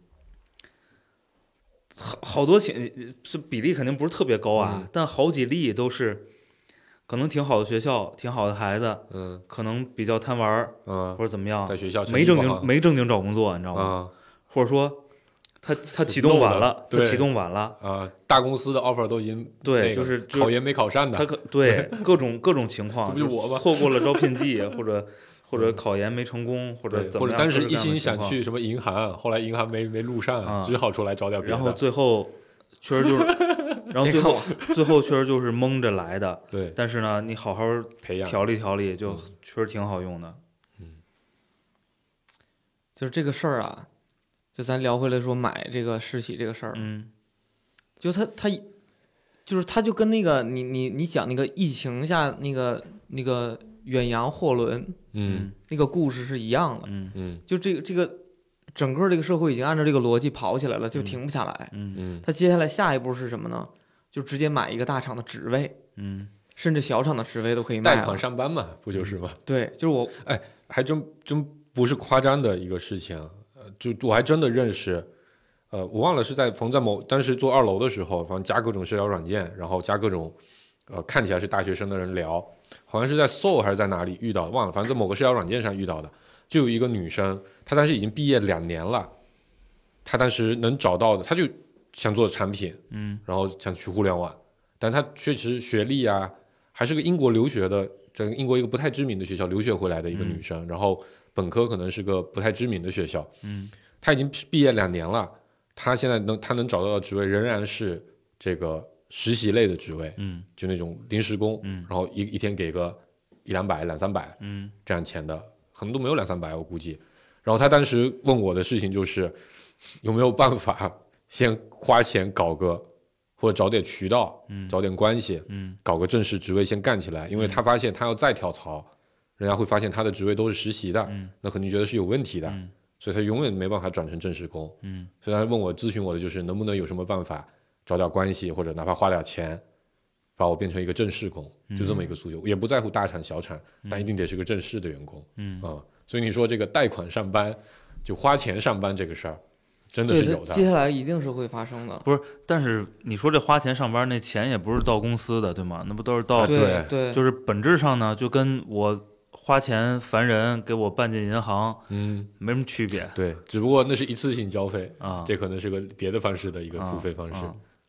好多是比例肯定不是特别高啊，但好几例都是可能挺好的学校，挺好的孩子，可能比较贪玩，或者怎么样， 在学校没正经找工作，你知道吗？或者说他启动晚了， 大公司的 offer 都已经对，就是考研没考上的， 对各种情况， 这不就是我吗？ 错过了招聘季，或者考研没成功，或者怎么样， 当时一心想去什么银行，后来银行没录上，只好出来找点别的。 然后最后确实就是，然后最后确实就是蒙着来的。 对， 但是呢，你好好培养调理，就确实挺好用的。 就是这个事儿啊，就咱聊回来说买这个实习这个事儿，就他就跟那个你讲那个疫情下那个远洋货轮，那个故事是一样的，就这个整个这个社会已经按照这个逻辑跑起来了，就停不下来，他接下来下一步是什么呢？就直接买一个大厂的职位，甚至小厂的职位都可以卖， 贷款上班嘛，不就是吗？ 对，就是我， 还真不是夸张的一个事情，就我还真的认识。我忘了是在当时做2楼的时候，反正加各种社交软件，然后加各种看起来是大学生的人聊，好像是在 Soul 还是在哪里遇到，忘了，反正在某个社交软件上遇到的，就有一个女生，她当时已经毕业2年了，她当时能找到的，她就想做产品，然后想去互联网，但她确实学历啊，还是个英国留学的，在英国一个不太知名的学校留学回来的一个女生，然后本科可能是个不太知名的学校，她已经毕业2年了。他现在他能找到的职位仍然是这个实习类的职位，就那种临时工，然后一天给个100-200、200-300，这样钱的，可能都没有200-300，我估计。然后他当时问我的事情就是有没有办法先花钱搞个，或者找点渠道，找点关系，搞个正式职位先干起来，因为他发现他要再跳槽，人家会发现他的职位都是实习的，那肯定觉得是有问题的。所以他永远没办法转成正式工，所以他问我咨询我的就是能不能有什么办法找点关系，或者哪怕花点钱，把我变成一个正式工，就这么一个诉求，也不在乎大厂小厂，但一定得是个正式的员工，所以你说这个贷款上班，就花钱上班这个事儿，真的是有的， 接下来一定是会发生的。 不是，但是你说这花钱上班那钱也不是到公司的，对吗？那不都是到对， 就是本质上呢，就跟我花钱烦人，给我办进银行，没什么区别。 对，只不过那是一次性交费啊， 这可能是个别的方式的一个付费方式。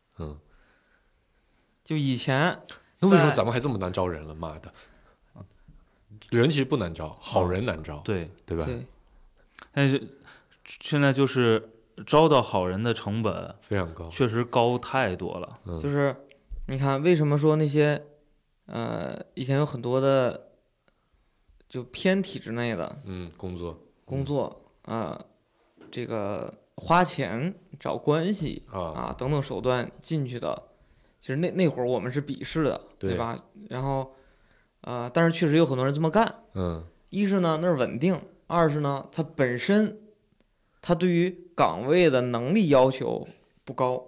就以前， 那为什么咱们还这么难招人了？妈的，人其实不难招，好人难招， 对吧？ 对。 但是现在就是招到好人的成本非常高， 确实高太多了。 就是你看，为什么说那些以前有很多的就偏体制内的工作这个花钱找关系等等手段进去的，其实那会儿我们是鄙视的，对吧？然后但是确实有很多人这么干。一是呢那是稳定，二是呢它本身它对于岗位的能力要求不高。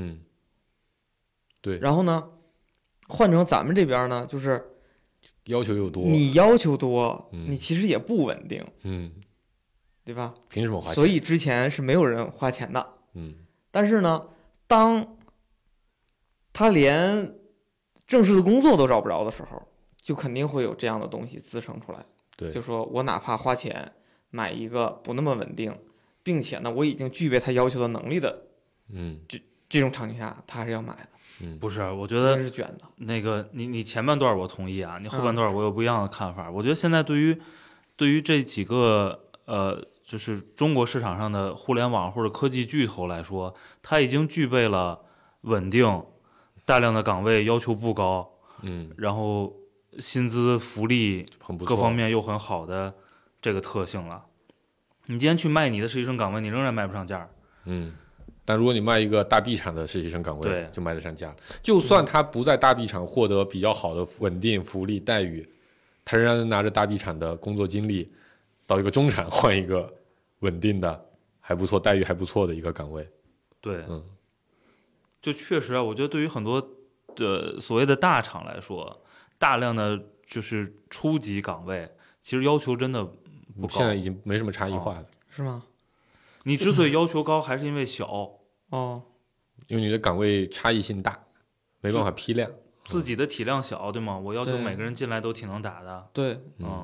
对。 然后呢，换成咱们这边呢，就是要求又多， 你要求多，你其实也不稳定，对吧？ 凭什么花钱？ 所以之前是没有人花钱的，但是呢，当他连正式的工作都找不着的时候，就肯定会有这样的东西滋生出来。 对， 就说我哪怕花钱买一个不那么稳定，并且呢，我已经具备他要求的能力的，这种场景下，他还是要买的。 不是，我觉得是卷的。 那个你前半段我同意啊，你后半段我有不一样的看法。我觉得现在对于这几个就是中国市场上的互联网或者科技巨头来说，它已经具备了稳定、大量的岗位要求不高，然后薪资福利各方面又很好的这个特性了。你今天去卖你的实习生岗位，你仍然卖不上价。 但如果你卖一个大 B 厂的实习生岗位，就卖得上价。就算他不在大 B 厂获得比较好的稳定福利待遇，他仍然能拿着大 B 厂的工作经历，到一个中产换一个稳定的、还不错、待遇还不错的一个岗位。 对，就确实啊，我觉得对于很多的所谓的大厂来说，大量的就是初级岗位，其实要求真的不高。 现在已经没什么差异化了， 是吗？ 你之所以要求高，还是因为小。 因为你的岗位差异性大，没办法批量， 自己的体量小，对吗？我要求每个人进来都挺能打的。 对，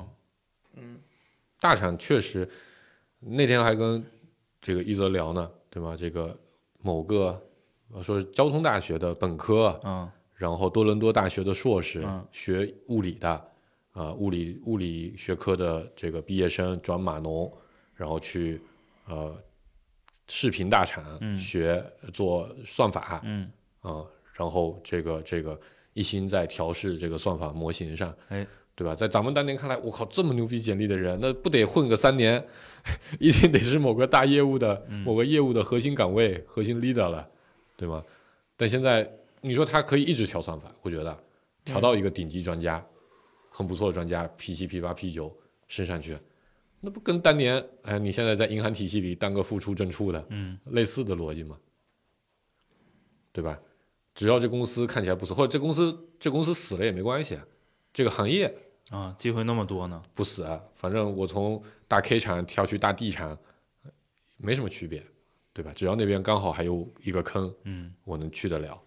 大厂确实，那天还跟这个一泽聊呢，对吗？这个某个说是交通大学的本科，然后多伦多大学的硕士，学物理的，物理学科的这个毕业生转码农，然后去视频大厂学做算法，然后这个一心在调试这个算法模型上，对吧？在咱们当年看来，我靠，这么牛逼简历的人，那不得混个3年，一定得是某个大业务的、某个业务的核心岗位、核心 leader 了，对吗？但现在你说他可以一直调算法，我觉得调到一个顶级专家，很不错的专家 P7、P8、P9 升上去。那不跟当年你现在在银行体系里当个副处正处的，类似的逻辑吗？对吧？只要这公司看起来不错，或者这公司死了也没关系，这个行业机会那么多呢， 不死反正我从大 K 厂跳去大 D 厂，没什么区别，对吧？只要那边刚好还有一个坑，我能去得了，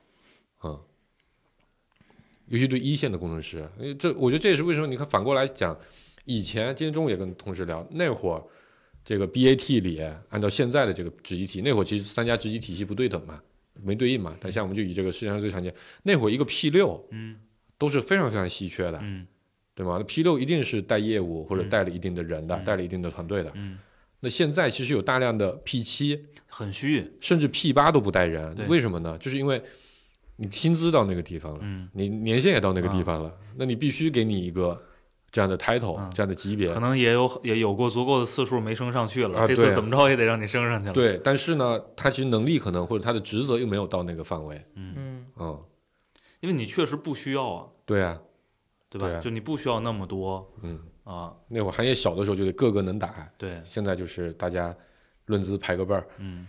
尤其对一线的工程师，我觉得这也是为什么你看反过来讲。以前今天中午也跟同事聊，那会儿这个 BAT 里按照现在的这个职级体，那会儿其实3家职级体系不对等嘛，没对应嘛。但像我们就以这个世界上最常见，那会儿一个 P6，都是非常非常稀缺的，对吗？那 P6 一定是带业务或者带了一定的人的，带了一定的团队的。那现在其实有大量的 P7， 很虚， 甚至 P8 都不带人，为什么呢？就是因为你薪资到那个地方了，你年限也到那个地方了，那你必须给你一个这样的 title，这样的级别， 可能也有过足够的次数没升上去了，这次怎么着也得让你升上去了。 对，但是呢，他其实能力可能或者他的职责又没有到那个范围。 因为你确实不需要啊。 对啊， 对吧？就你不需要那么多。 那会儿行业小的时候就得个个能打。 对， 现在就是大家论资排个辈儿。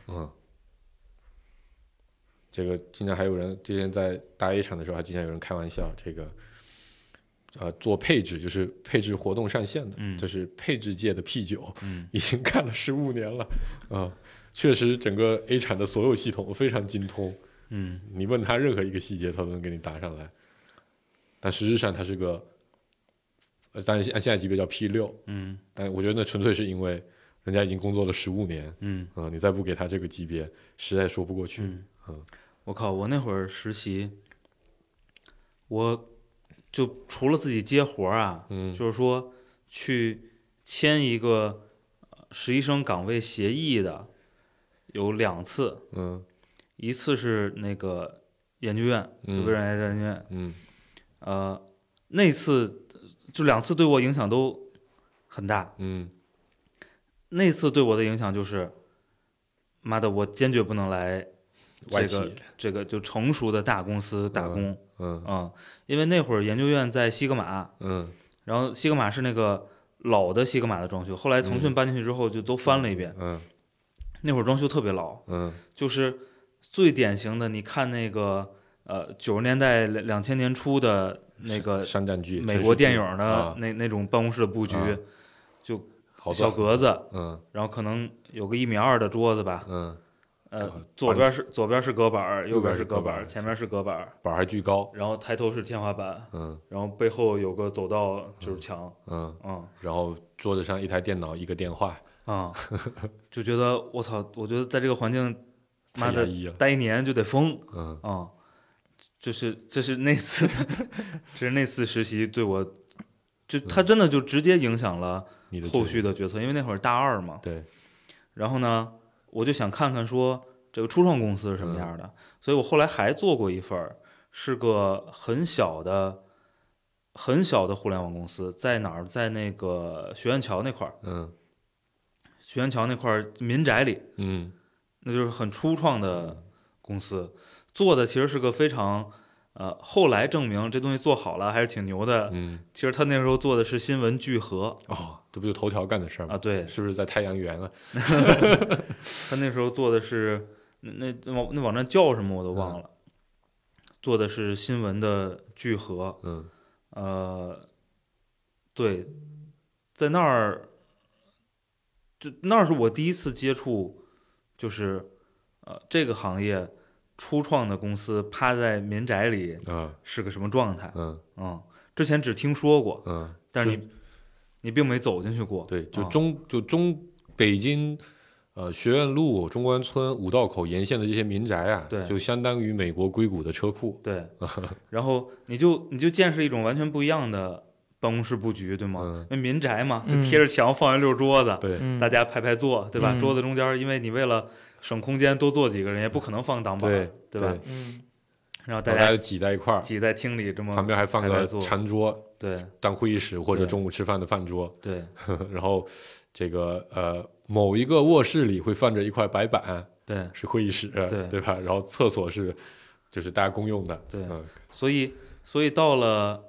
这个经常还有人之前在大 A 厂的时候，还经常有人开玩笑，这个。做配置就是配置活动上线的，这是配置界的 P9，已经干了15年了，确实整个 A 厂的所有系统非常精通，你问他任何一个细节，他都能给你答上来。但实质上他是个但是按现在级别叫 P6，但我觉得那纯粹是因为人家已经工作了15年，你再不给他这个级别，实在说不过去。 我靠，我那会儿实习，我就除了自己接活啊，就是说去签一个实习生岗位协议的有2次，一次是那个研究院，就微软研究院，那次就2次对我影响都很大，那次对我的影响就是，妈的，我坚决不能来这个就成熟的大公司打工，因为那会儿研究院在西格玛，然后西格玛是那个老的西格玛的装修，后来腾讯搬进去之后就都翻了一遍，那会儿装修特别老，就是最典型的，你看那个90年代2000年初的那个商战剧， 美国电影的那种办公室的布局，就小格子，然后可能有个1.2米的桌子吧，左边是隔板，右边是隔板，前面是隔板， 板还巨高， 然后抬头是天花板，然后背后有个走道就是墙， 然后桌子上一台电脑一个电话， 就觉得我操，我觉得在这个环境，妈的待1年就得疯，这是那次，这是那次实习对我，就他真的就直接影响了后续的决策，因为那会儿大2嘛， 对， 然后呢，我就想看看说这个初创公司是什么样的，所以我后来还做过一份，是个很小的互联网公司，在哪儿？在那个学院桥那块儿，学院桥那块儿民宅里，那就是很初创的公司。做的其实是个非常，后来证明这东西做好了还是挺牛的。其实他那时候做的是新闻聚合。 这不就头条干的事儿吗？ 对， 是不是在太阳园啊？ 他那时候做的是那网站叫什么我都忘了，做的是新闻的聚合。对，在那儿，那是我第一次接触，就是这个行业。初创的公司趴在民宅里是个什么状态？之前只听说过，但是你并没走进去过。 对，就北京学院路、中关村、五道口沿线的这些民宅啊， 对， 就相当于美国硅谷的车库。 对，然后你就见识一种完全不一样的办公室布局，对吗？因为民宅嘛，就贴着墙放一溜桌子， 对， 大家排坐，对吧？桌子中间，因为你为了省空间多坐几个人，也不可能放挡板，对吧？然后大家挤在一块儿， 挤在厅里这么旁边还放个长桌， 对， 当会议室或者中午吃饭的饭桌， 对。 然后这个某一个卧室里会放着一块白板， 对， 是会议室， 对吧？然后厕所就是大家公用的， 对。所以到了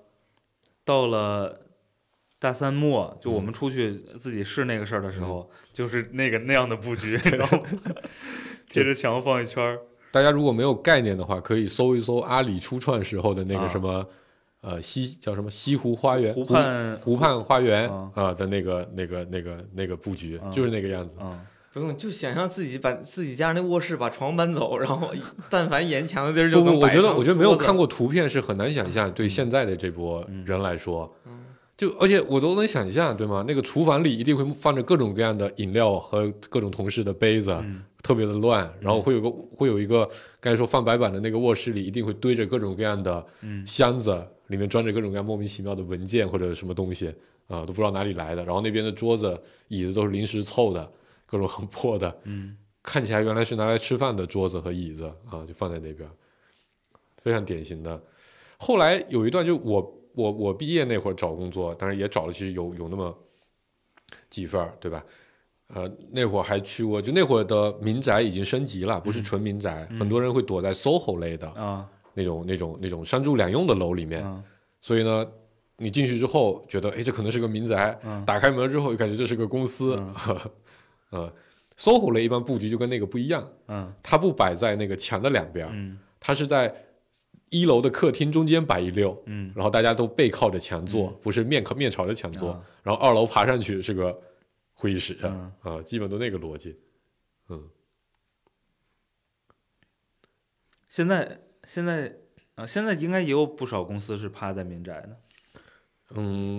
大3末，就我们出去自己试那个事儿的时候，就是那样的布局，然后贴着墙放一圈。 大家如果没有概念的话，可以搜一搜阿里初创时候的那个什么，叫什么西湖花园、湖畔花园的那个布局，就是那个样子。 不用，就想象自己把自己家那卧室把床搬走，然后但凡沿墙的地儿就能摆上。 我觉得没有看过图片是很难想象，对现在的这波人来说。而且我都能想象，对吗？那个厨房里一定会放着各种各样的饮料和各种同事的杯子，特别的乱。然后会有一个刚才说放白板的那个卧室里，一定会堆着各种各样的箱子，里面装着各种各样莫名其妙的文件或者什么东西都不知道哪里来的。然后那边的桌子椅子都是临时凑的，各种很破的，看起来原来是拿来吃饭的桌子和椅子就放在那边，非常典型的。后来有一段就我毕业那会儿找工作，当然也找了，其实有那么几份，对吧？那会儿还去过，就那会儿的民宅已经升级了，不是纯民宅，很多人会躲在 SOHO 类的那种商住两用的楼里面，所以呢，你进去之后觉得，哎，这可能是个民宅，打开门之后就感觉这是个公司，SOHO 类一般布局就跟那个不一样，它不摆在那个墙的两边，它是在1楼的客厅中间摆一溜，然后大家都背靠着墙坐，不是面朝着墙坐，然后2楼爬上去是个会议室，基本都那个逻辑， 现在应该也有不少公司是趴在民宅的，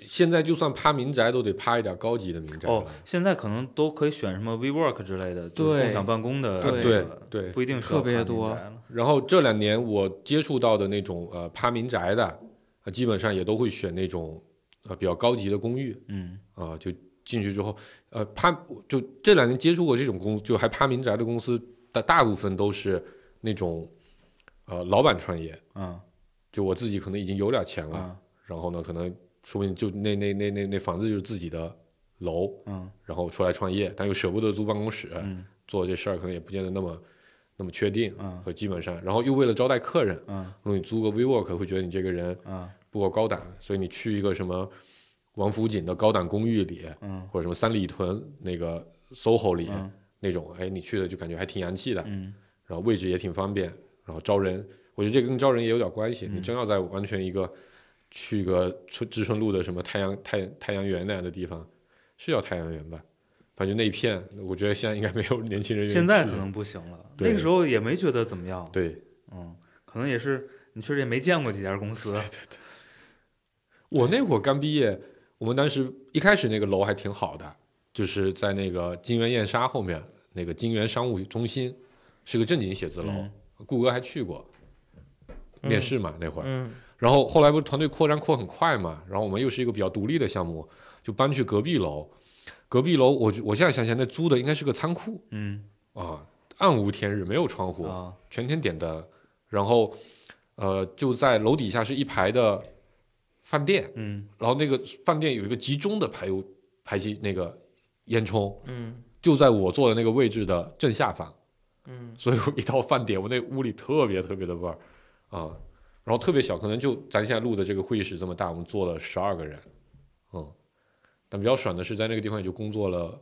现在就算趴民宅都得趴一点高级的民宅了。 现在可能都可以选什么 WeWork 之类的，就是共享办公的， 对， 不一定特别多。 然后这2年我接触到的那种趴民宅的，基本上也都会选那种比较高级的公寓，就进去之后，就这2年接触过这种就还趴民宅的公司的大部分都是那种老板创业，就我自己可能已经有点钱了，然后呢可能说不定就那房子就是自己的楼，然后出来创业，但又舍不得租办公室，做这事儿可能也不见得那么确定，和基本上，然后又为了招待客人，如果你租个 WeWork 会觉得你这个人不够高档，所以你去一个什么王府井的高档公寓里，或者什么三里屯那个 SOHO 里，那种，你去的就感觉还挺洋气的，然后位置也挺方便，然后招人，我觉得这个跟招人也有点关系。你真要在完全一个去个知春路的什么太阳园那样的地方，是叫太阳园吧？反正那一片，我觉得现在应该没有年轻人。 现在可能不行了，那个时候也没觉得怎么样。 对， 可能也是你确实也没见过几家公司。 对。我那会儿刚毕业。我们当时一开始那个楼还挺好的，就是在那个金源燕莎后面那个金源商务中心，是个正经写字楼，顾哥还去过面试嘛那会儿，然后后来不是团队扩很快嘛，然后我们又是一个比较独立的项目，就搬去隔壁楼，我现在想起来那租的应该是个仓库，暗无天日，没有窗户，全天点灯，然后就在楼底下是一排的饭店，然后那个饭店有一个集中的排气那个烟囱，就在我坐的那个位置的正下方，所以我一到饭点，我那屋里特别特别的味儿然后特别小，可能就咱现在录的这个会议室这么大，我们坐了12个人，但比较爽的是在那个地方也就工作了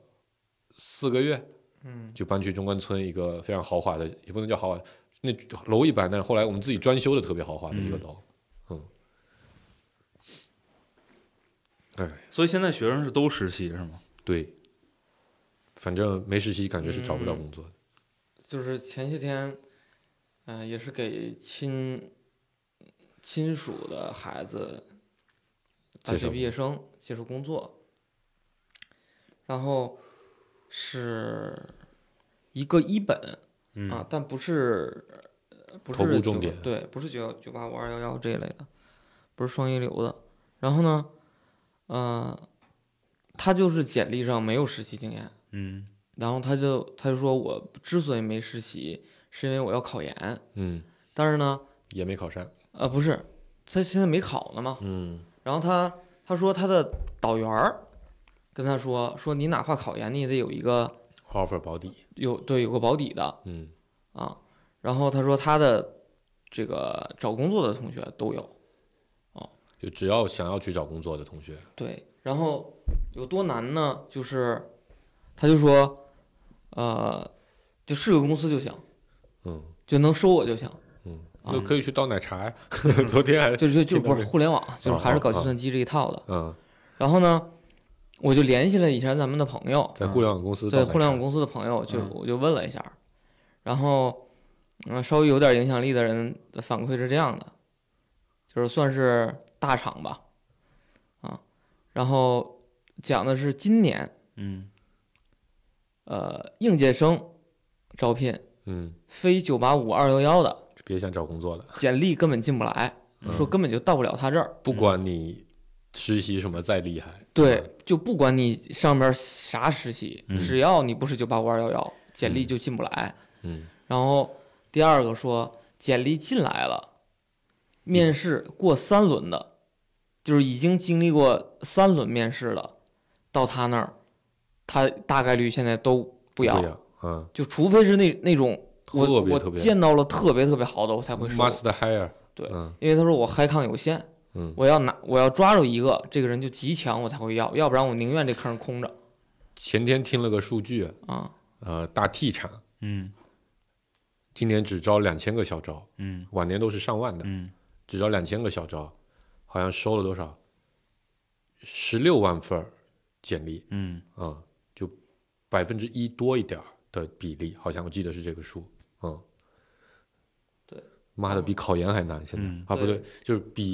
4个月，就搬去中关村一个非常豪华的，也不能叫豪华，那楼一般，但后来我们自己专修的特别豪华的一个楼， 所以现在学生是都实习是吗？ 对，反正没实习感觉是找不到工作的。 就是前些天，也是给亲属的孩子，大学毕业生接受工作，然后是一个一本，但不是头部重点， 对，不是985-211这一类的，不是双一流的，然后呢。他就是简历上没有实习经验，然后他就说我之所以没实习，是因为我要考研，但是呢也没考上， 不是，他现在没考呢嘛，然后他说他的导员跟他说你哪怕考研你也得有一个 offer 保底， 有个保底的，然后他说他的这个找工作的同学都有。 就只要想要去找工作的同学， 对，然后有多难呢？就是他就说，就是个公司就行，就能收我就行， 那可以去倒奶茶呀。昨天还就不是互联网，就是还是搞计算机这一套的。然后呢，我就联系了以前咱们的朋友， 在互联网公司， 在互联网公司的朋友，我就问了一下，然后稍微有点影响力的人的反馈是这样的，就是算是大厂吧，然后讲的是今年，应届生招聘，非985-211的， 别想找工作了， 简历根本进不来，说根本就到不了他这儿， 不管你实习什么再厉害， 对，就不管你上边啥实习，只要你不是985-211，简历就进不来，然后第二个说简历进来了，面试过3轮的。就是已经经历过3轮面试了，到他那儿，他大概率现在都不要，就除非是那种我见到了特别特别好的，我才会说 must hire， 对，因为他说我海康有限，我要抓住一个这个人就极强，我才会要不然我宁愿这坑空着。 前天听了个数据大 T 厂，今年只招2000个小招，往年都是上万的，只招2000个小招。好像收了多少？16万份简历，就1%多一点的比例，好像我记得是这个数， 对， 妈的，比考研还难，现在不对，就是比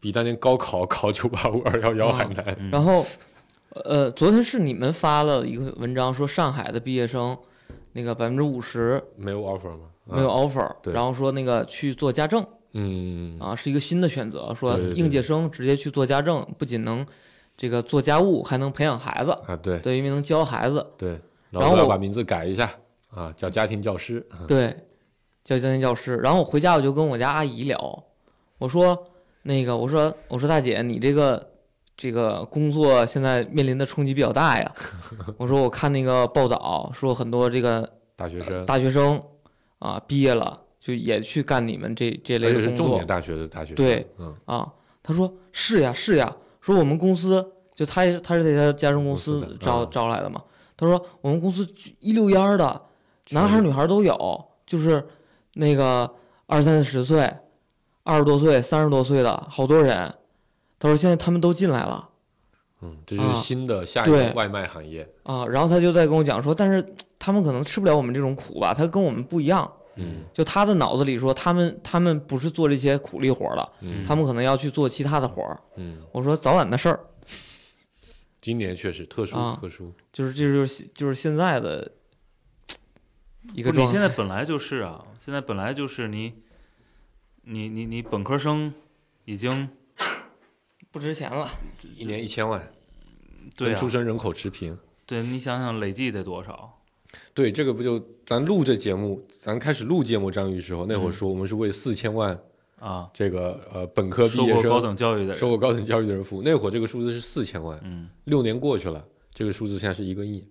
比当年高考考985、211还难。 然后，昨天是你们发了一个文章，说上海的毕业生那个50% 没有 offer 吗？ 没有 offer，然后说那个去做家政，是一个新的选择，说应届生直接去做家政，不仅能这个做家务，还能培养孩子啊，对， 因为能教孩子， 对，然后要把名字改一下啊，叫家庭教师， 对，叫家庭教师。然后我回家我就跟我家阿姨聊，我说大姐，你这个工作现在面临的冲击比较大呀。我说我看那个报道说很多这个大学生啊毕业了就也去干你们这类的工作， 而且是重点大学的大学生。 对，他说是呀，说我们公司就他是在家政公司招来的嘛。他说我们公司一溜烟儿的，男孩女孩都有，就是那个20-30岁、20多岁、30多岁的好多人。他说现在他们都进来了， 这就是新的下一个外卖行业啊。然后他就在跟我讲说，但是他们可能吃不了我们这种苦吧，他跟我们不一样。就他的脑子里说，他们不是做这些苦力活的，他们可能要去做其他的活儿。我说早晚的事儿。 今年确实特殊， 就是现在的一个状态。 你现在本来就是啊，现在本来就是你本科生已经不值钱了 ，1年1000万， 对、 跟出生人口持平。 对，你想想累计得多少？ 对，这个不就咱录这节目，咱开始录芥末章鱼时候，那会儿说我们是为4000万啊， 这个本科毕业生受过高等教育的人， 受过高等教育的人服务。那会儿这个数字是4000万，6年过去了，这个数字现在是1个亿。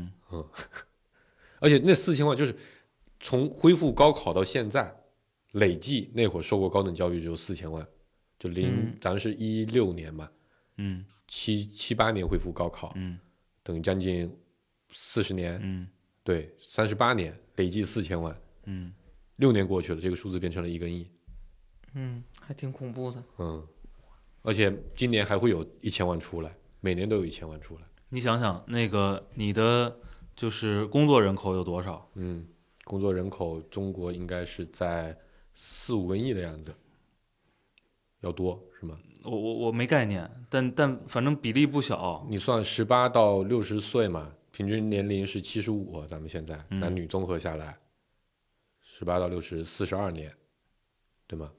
而且那4000万就是从恢复高考到现在累计，那会儿受过高等教育只有4000万，就咱是16年嘛，7-8年恢复高考，等于将近40年，对，38年累计4000万，6年过去了，这个数字变成了1个亿， 还挺恐怖的， 而且今年还会有1000万出来，每年都有1000万出来。 你想想，那个你的就是工作人口有多少？ 工作人口中国应该是在4-5个亿的样子，要多是吗？ 我没概念，但反正比例不小。 你算18到60岁嘛，平均年龄是75，咱们现在男女综合下来，18到60 42年，对吗？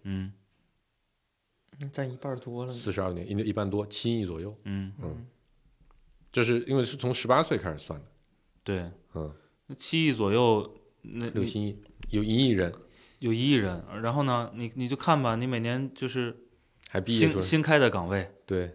占1半多了。 42年，一半多，7亿左右。就是因为是从18岁开始算的。 对，7亿左右，那 6-7亿，有1亿人， 有1亿人。然后呢，你就看吧，你每年就是还毕业新开的岗位， 对，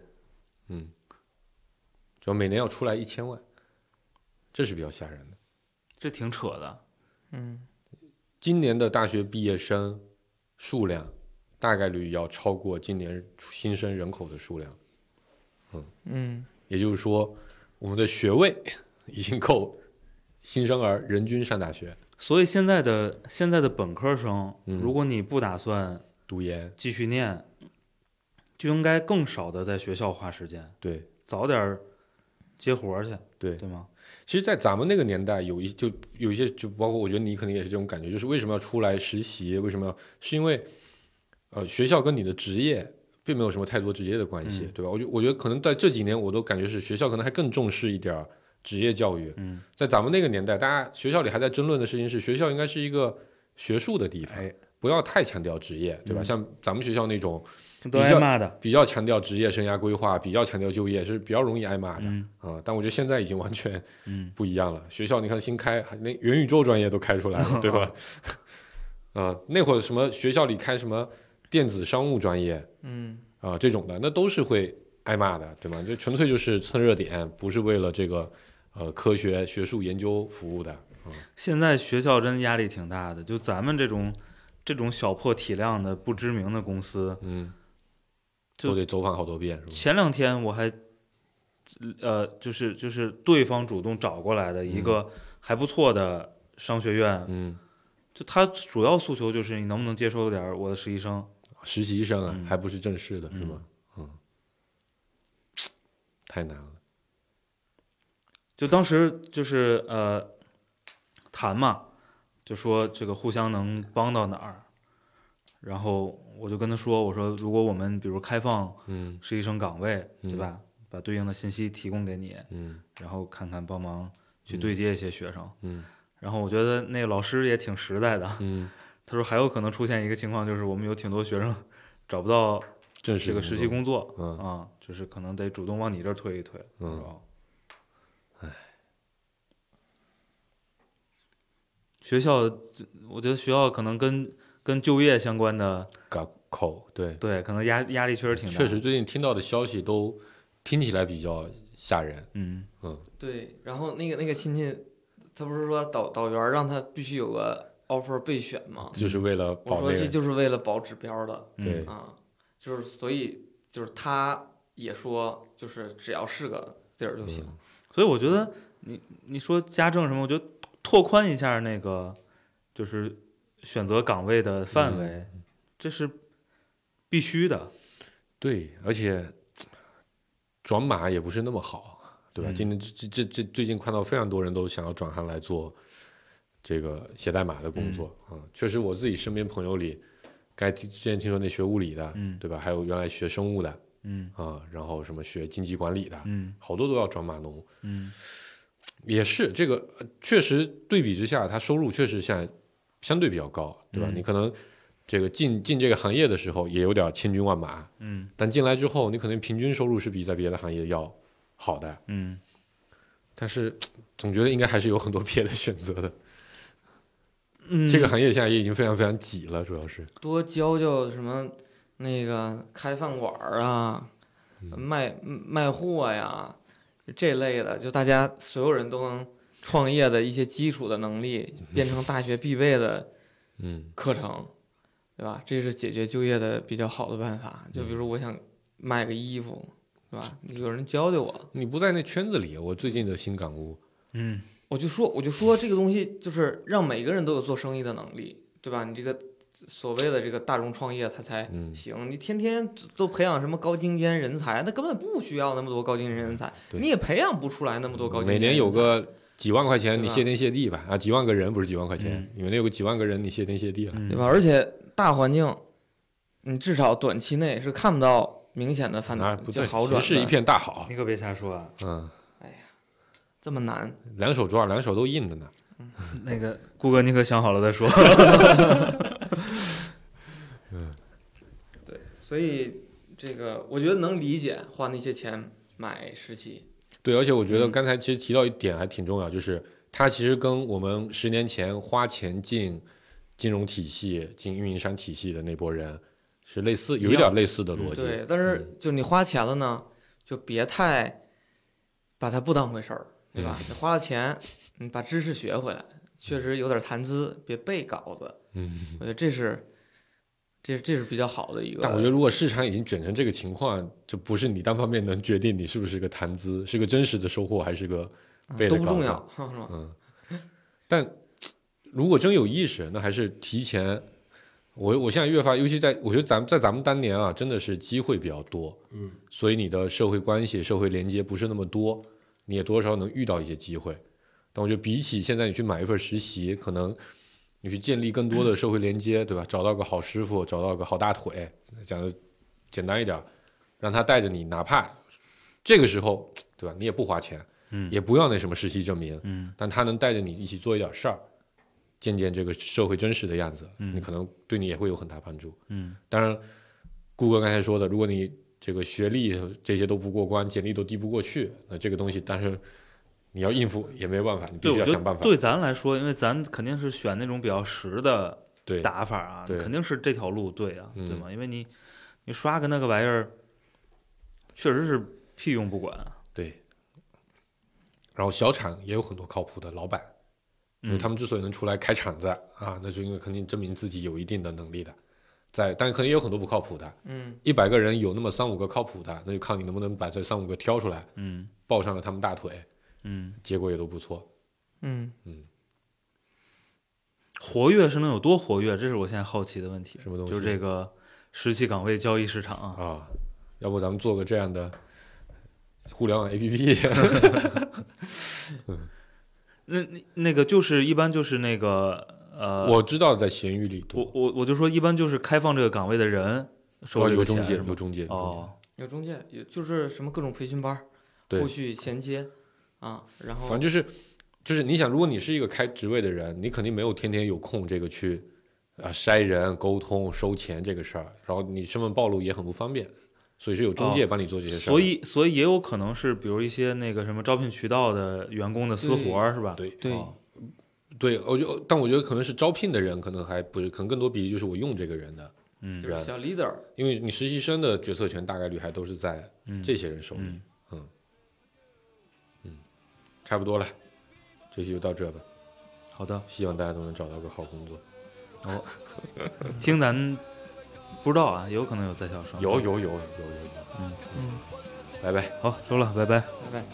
主要每年要出来1000万，这是比较吓人的， 这挺扯的。 今年的大学毕业生数量大概率要超过今年新生人口的数量。也就是说，我们的学位已经够新生儿人均上大学。 所以现在的本科生，如果你不打算读研继续念，就应该更少的在学校花时间， 对， 早点接活去， 对吗？ 其实，在咱们那个年代，有一些，就包括我觉得你肯定也是这种感觉，就是为什么要出来实习？为什么是因为学校跟你的职业并没有什么太多直接的关系，对吧？我觉得可能在这几年，我都感觉是学校可能还更重视一点职业教育。在咱们那个年代，大家学校里还在争论的事情是，学校应该是一个学术的地方，不要太强调职业，对吧？像咱们学校那种都挨骂的， 比较强调职业生涯规划，比较强调就业，是比较容易挨骂的但我觉得现在已经完全不一样了。学校你看新开，连元宇宙专业都开出来了，对吧？那会儿什么学校里开什么电子商务专业，这种的，那都是会挨骂的，对吗？就纯粹就是蹭热点，不是为了这个科学学术研究服务的。 现在学校真压力挺大的，就咱们这种小破体量的不知名的公司， 都得走访好多遍，是吧？ 前2天我还就是对方主动找过来的一个还不错的商学院，就他主要诉求就是你能不能接收点我的实习生啊，还不是正式的，是吗？太难了。 就当时就是谈嘛，就说这个互相能帮到哪儿， 然后我就跟他说，我说如果我们比如开放实习生岗位，对吧？把对应的信息提供给你，然后看看帮忙去对接一些学生，然后我觉得那个老师也挺实在的，他说还有可能出现一个情况，就是我们有挺多学生找不到这个实习工作，就是可能得主动往你这儿推一推，学校，我觉得学校可能跟就业相关的港口，对， 可能压力确实挺大。 确实，最近听到的消息都听起来比较吓人。 对。然后那个亲戚，他不是说导员让他必须有个 offer 备选吗？ 就是为了保。 我说这就是为了保指标的。 对就是所以就是他也说，就是只要是个地儿就行。 所以我觉得你说家政什么，我觉得拓宽一下那个就是选择岗位的范围，这是必须的。 对，而且转码也不是那么好，对吧？今天这最近看到非常多人都想要转行来做这个写代码的工作确实，我自己身边朋友里，之前听说那学物理的，对吧？还有原来学生物的，然后什么学经济管理的，好多都要转码农，也是这个确实对比之下，他收入确实现在相对比较高，对吧？你可能这个进这个行业的时候也有点千军万马，但进来之后，你可能平均收入是比在别的行业要好的，但是总觉得应该还是有很多别的选择的。这个行业现在也已经非常非常挤了，主要是多教什么那个开饭馆啊，卖货呀这类的，就大家所有人都能创业的一些基础的能力，变成大学必备的课程，对吧？这是解决就业的比较好的办法。就比如说我想卖个衣服，对吧？有人教我。 你不在那圈子里，我最近的新感悟， 我就说这个东西就是让每个人都有做生意的能力，对吧？你这个所谓的这个大众创业它才行，你天天都培养什么高精尖人才，那根本不需要那么多高精尖人才，你也培养不出来那么多高精尖人才。 每年有个几万块钱你谢天谢地吧，几万个人不是几万块钱，每年有个几万个人你谢天谢地了， 对吧？而且大环境，你至少短期内是看不到明显的反转，就好转的， 是一片大好。 你可别瞎说啊！ 哎呀，这么难， 两手抓，两手都硬的呢。 那个顾哥，你可想好了再说。 对，所以这个我觉得能理解花那些钱买实习。 对，而且我觉得刚才其实提到一点还挺重要，就是它其实跟我们10年前花钱进金融体系、进运营商体系的那波人是类似，有一点类似的逻辑。 对，但是就你花钱了呢，就别太把它不当回事儿，对吧？你花了钱，你把知识学回来，确实有点谈资，别背稿子。我觉得这是比较好的一个。 但我觉得如果市场已经卷成这个情况，就不是你单方面能决定你是不是个谈资，是个真实的收获还是个背的稿子， 都不重要，是吧？ 但如果真有意识，那还是提前。我现在越发，尤其我觉得在咱们当年啊，真的是机会比较多，所以你的社会关系、社会连接不是那么多，你也多少能遇到一些机会。但我觉得比起现在你去买一份实习，可能你去建立更多的社会连接，对吧？找到个好师傅，找到个好大腿，讲的简单一点，让他带着你，哪怕这个时候，对吧？你也不花钱，也不要那什么实习证明，但他能带着你一起做一点事儿。见这个社会真实的样子，你可能对你也会有很大帮助。当然，顾哥刚才说的，如果你这个学历这些都不过关，简历都递不过去，那这个东西，但是你要应付也没办法，你必须要想办法。 对咱来说，因为咱肯定是选那种比较实的打法啊，肯定是这条路对啊，对吗？因为你刷个那个玩意儿，确实是屁用不管。 对。然后小厂也有很多靠谱的老板。因为他们之所以能出来开厂子啊，那就因为肯定证明自己有一定的能力的，但可能也有很多不靠谱的，100个人有那么3-5个靠谱的，那就看你能不能把这3-5个挑出来，抱上了他们大腿，结果也都不错， 活跃是能有多活跃？这是我现在好奇的问题。 什么东西？ 就是这个实习岗位交易市场啊， 要不咱们做个这样的互联网 APP。 那个就是一般就是那个我知道在闲鱼里多。 我就说一般就是开放这个岗位的人收这个钱， 有中介哦， 有中介，就是什么各种培训班，后续衔接啊，然后反正就是你想，如果你是一个开职位的人，你肯定没有天天有空这个去筛人、沟通、收钱这个事儿，然后你身份暴露也很不方便。所以是有中介帮你做这些事儿， 所以也有可能是比如一些那个什么招聘渠道的员工的私活是吧？ 对，但我觉得可能是招聘的人可能还不是，可能更多比例就是我用这个人的， 就是小 leader， 因为你实习生的决策权大概率还都是在这些人手里，差不多了，这期就到这吧。 好的， 希望大家都能找到个好工作。 听咱。不知道啊，有可能有在校生。 有。拜拜。 好，收了，拜拜。 拜拜。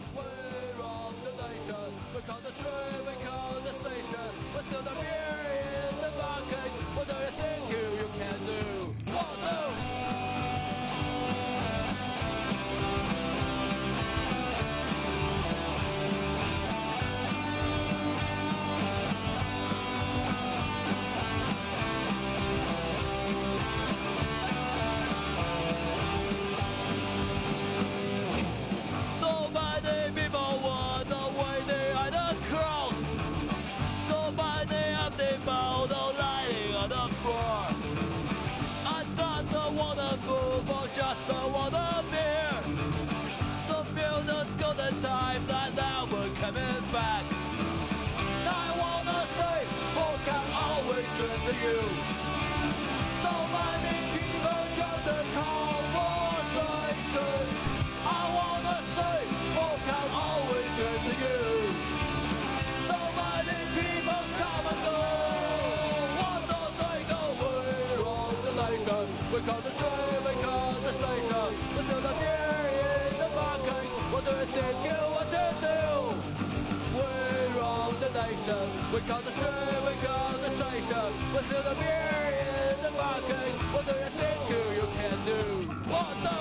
We call the joy, we call the station. We sell the beer in the market. What do you think you want to do? We run the nation. We call the joy, we call the station. We sell the beer in the market. What do you think you can do? What do?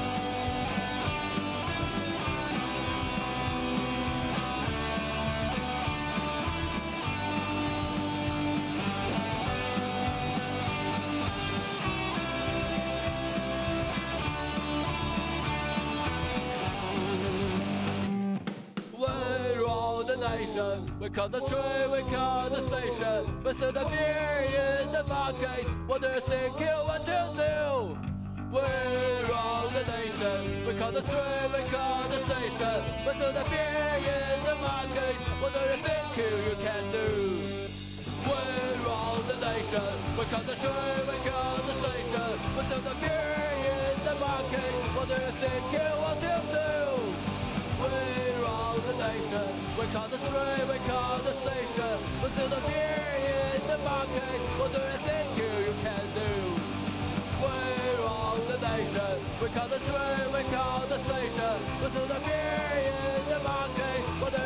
We call the train, we call the station. We sell the beer in the market. What do you think you want to do? We run the nation. We call the train, we call the station. We sell the beer in the market. What do you think you can do? We run the nation. We call the train, we call the station. We sell the beer in the market. What do you think you want to do? We run the nation. We call the train, we call the station. We sell the beer in the market. What do you think you can do? We run the nation. We call the train, we call the station. We sell the beer in the market. What do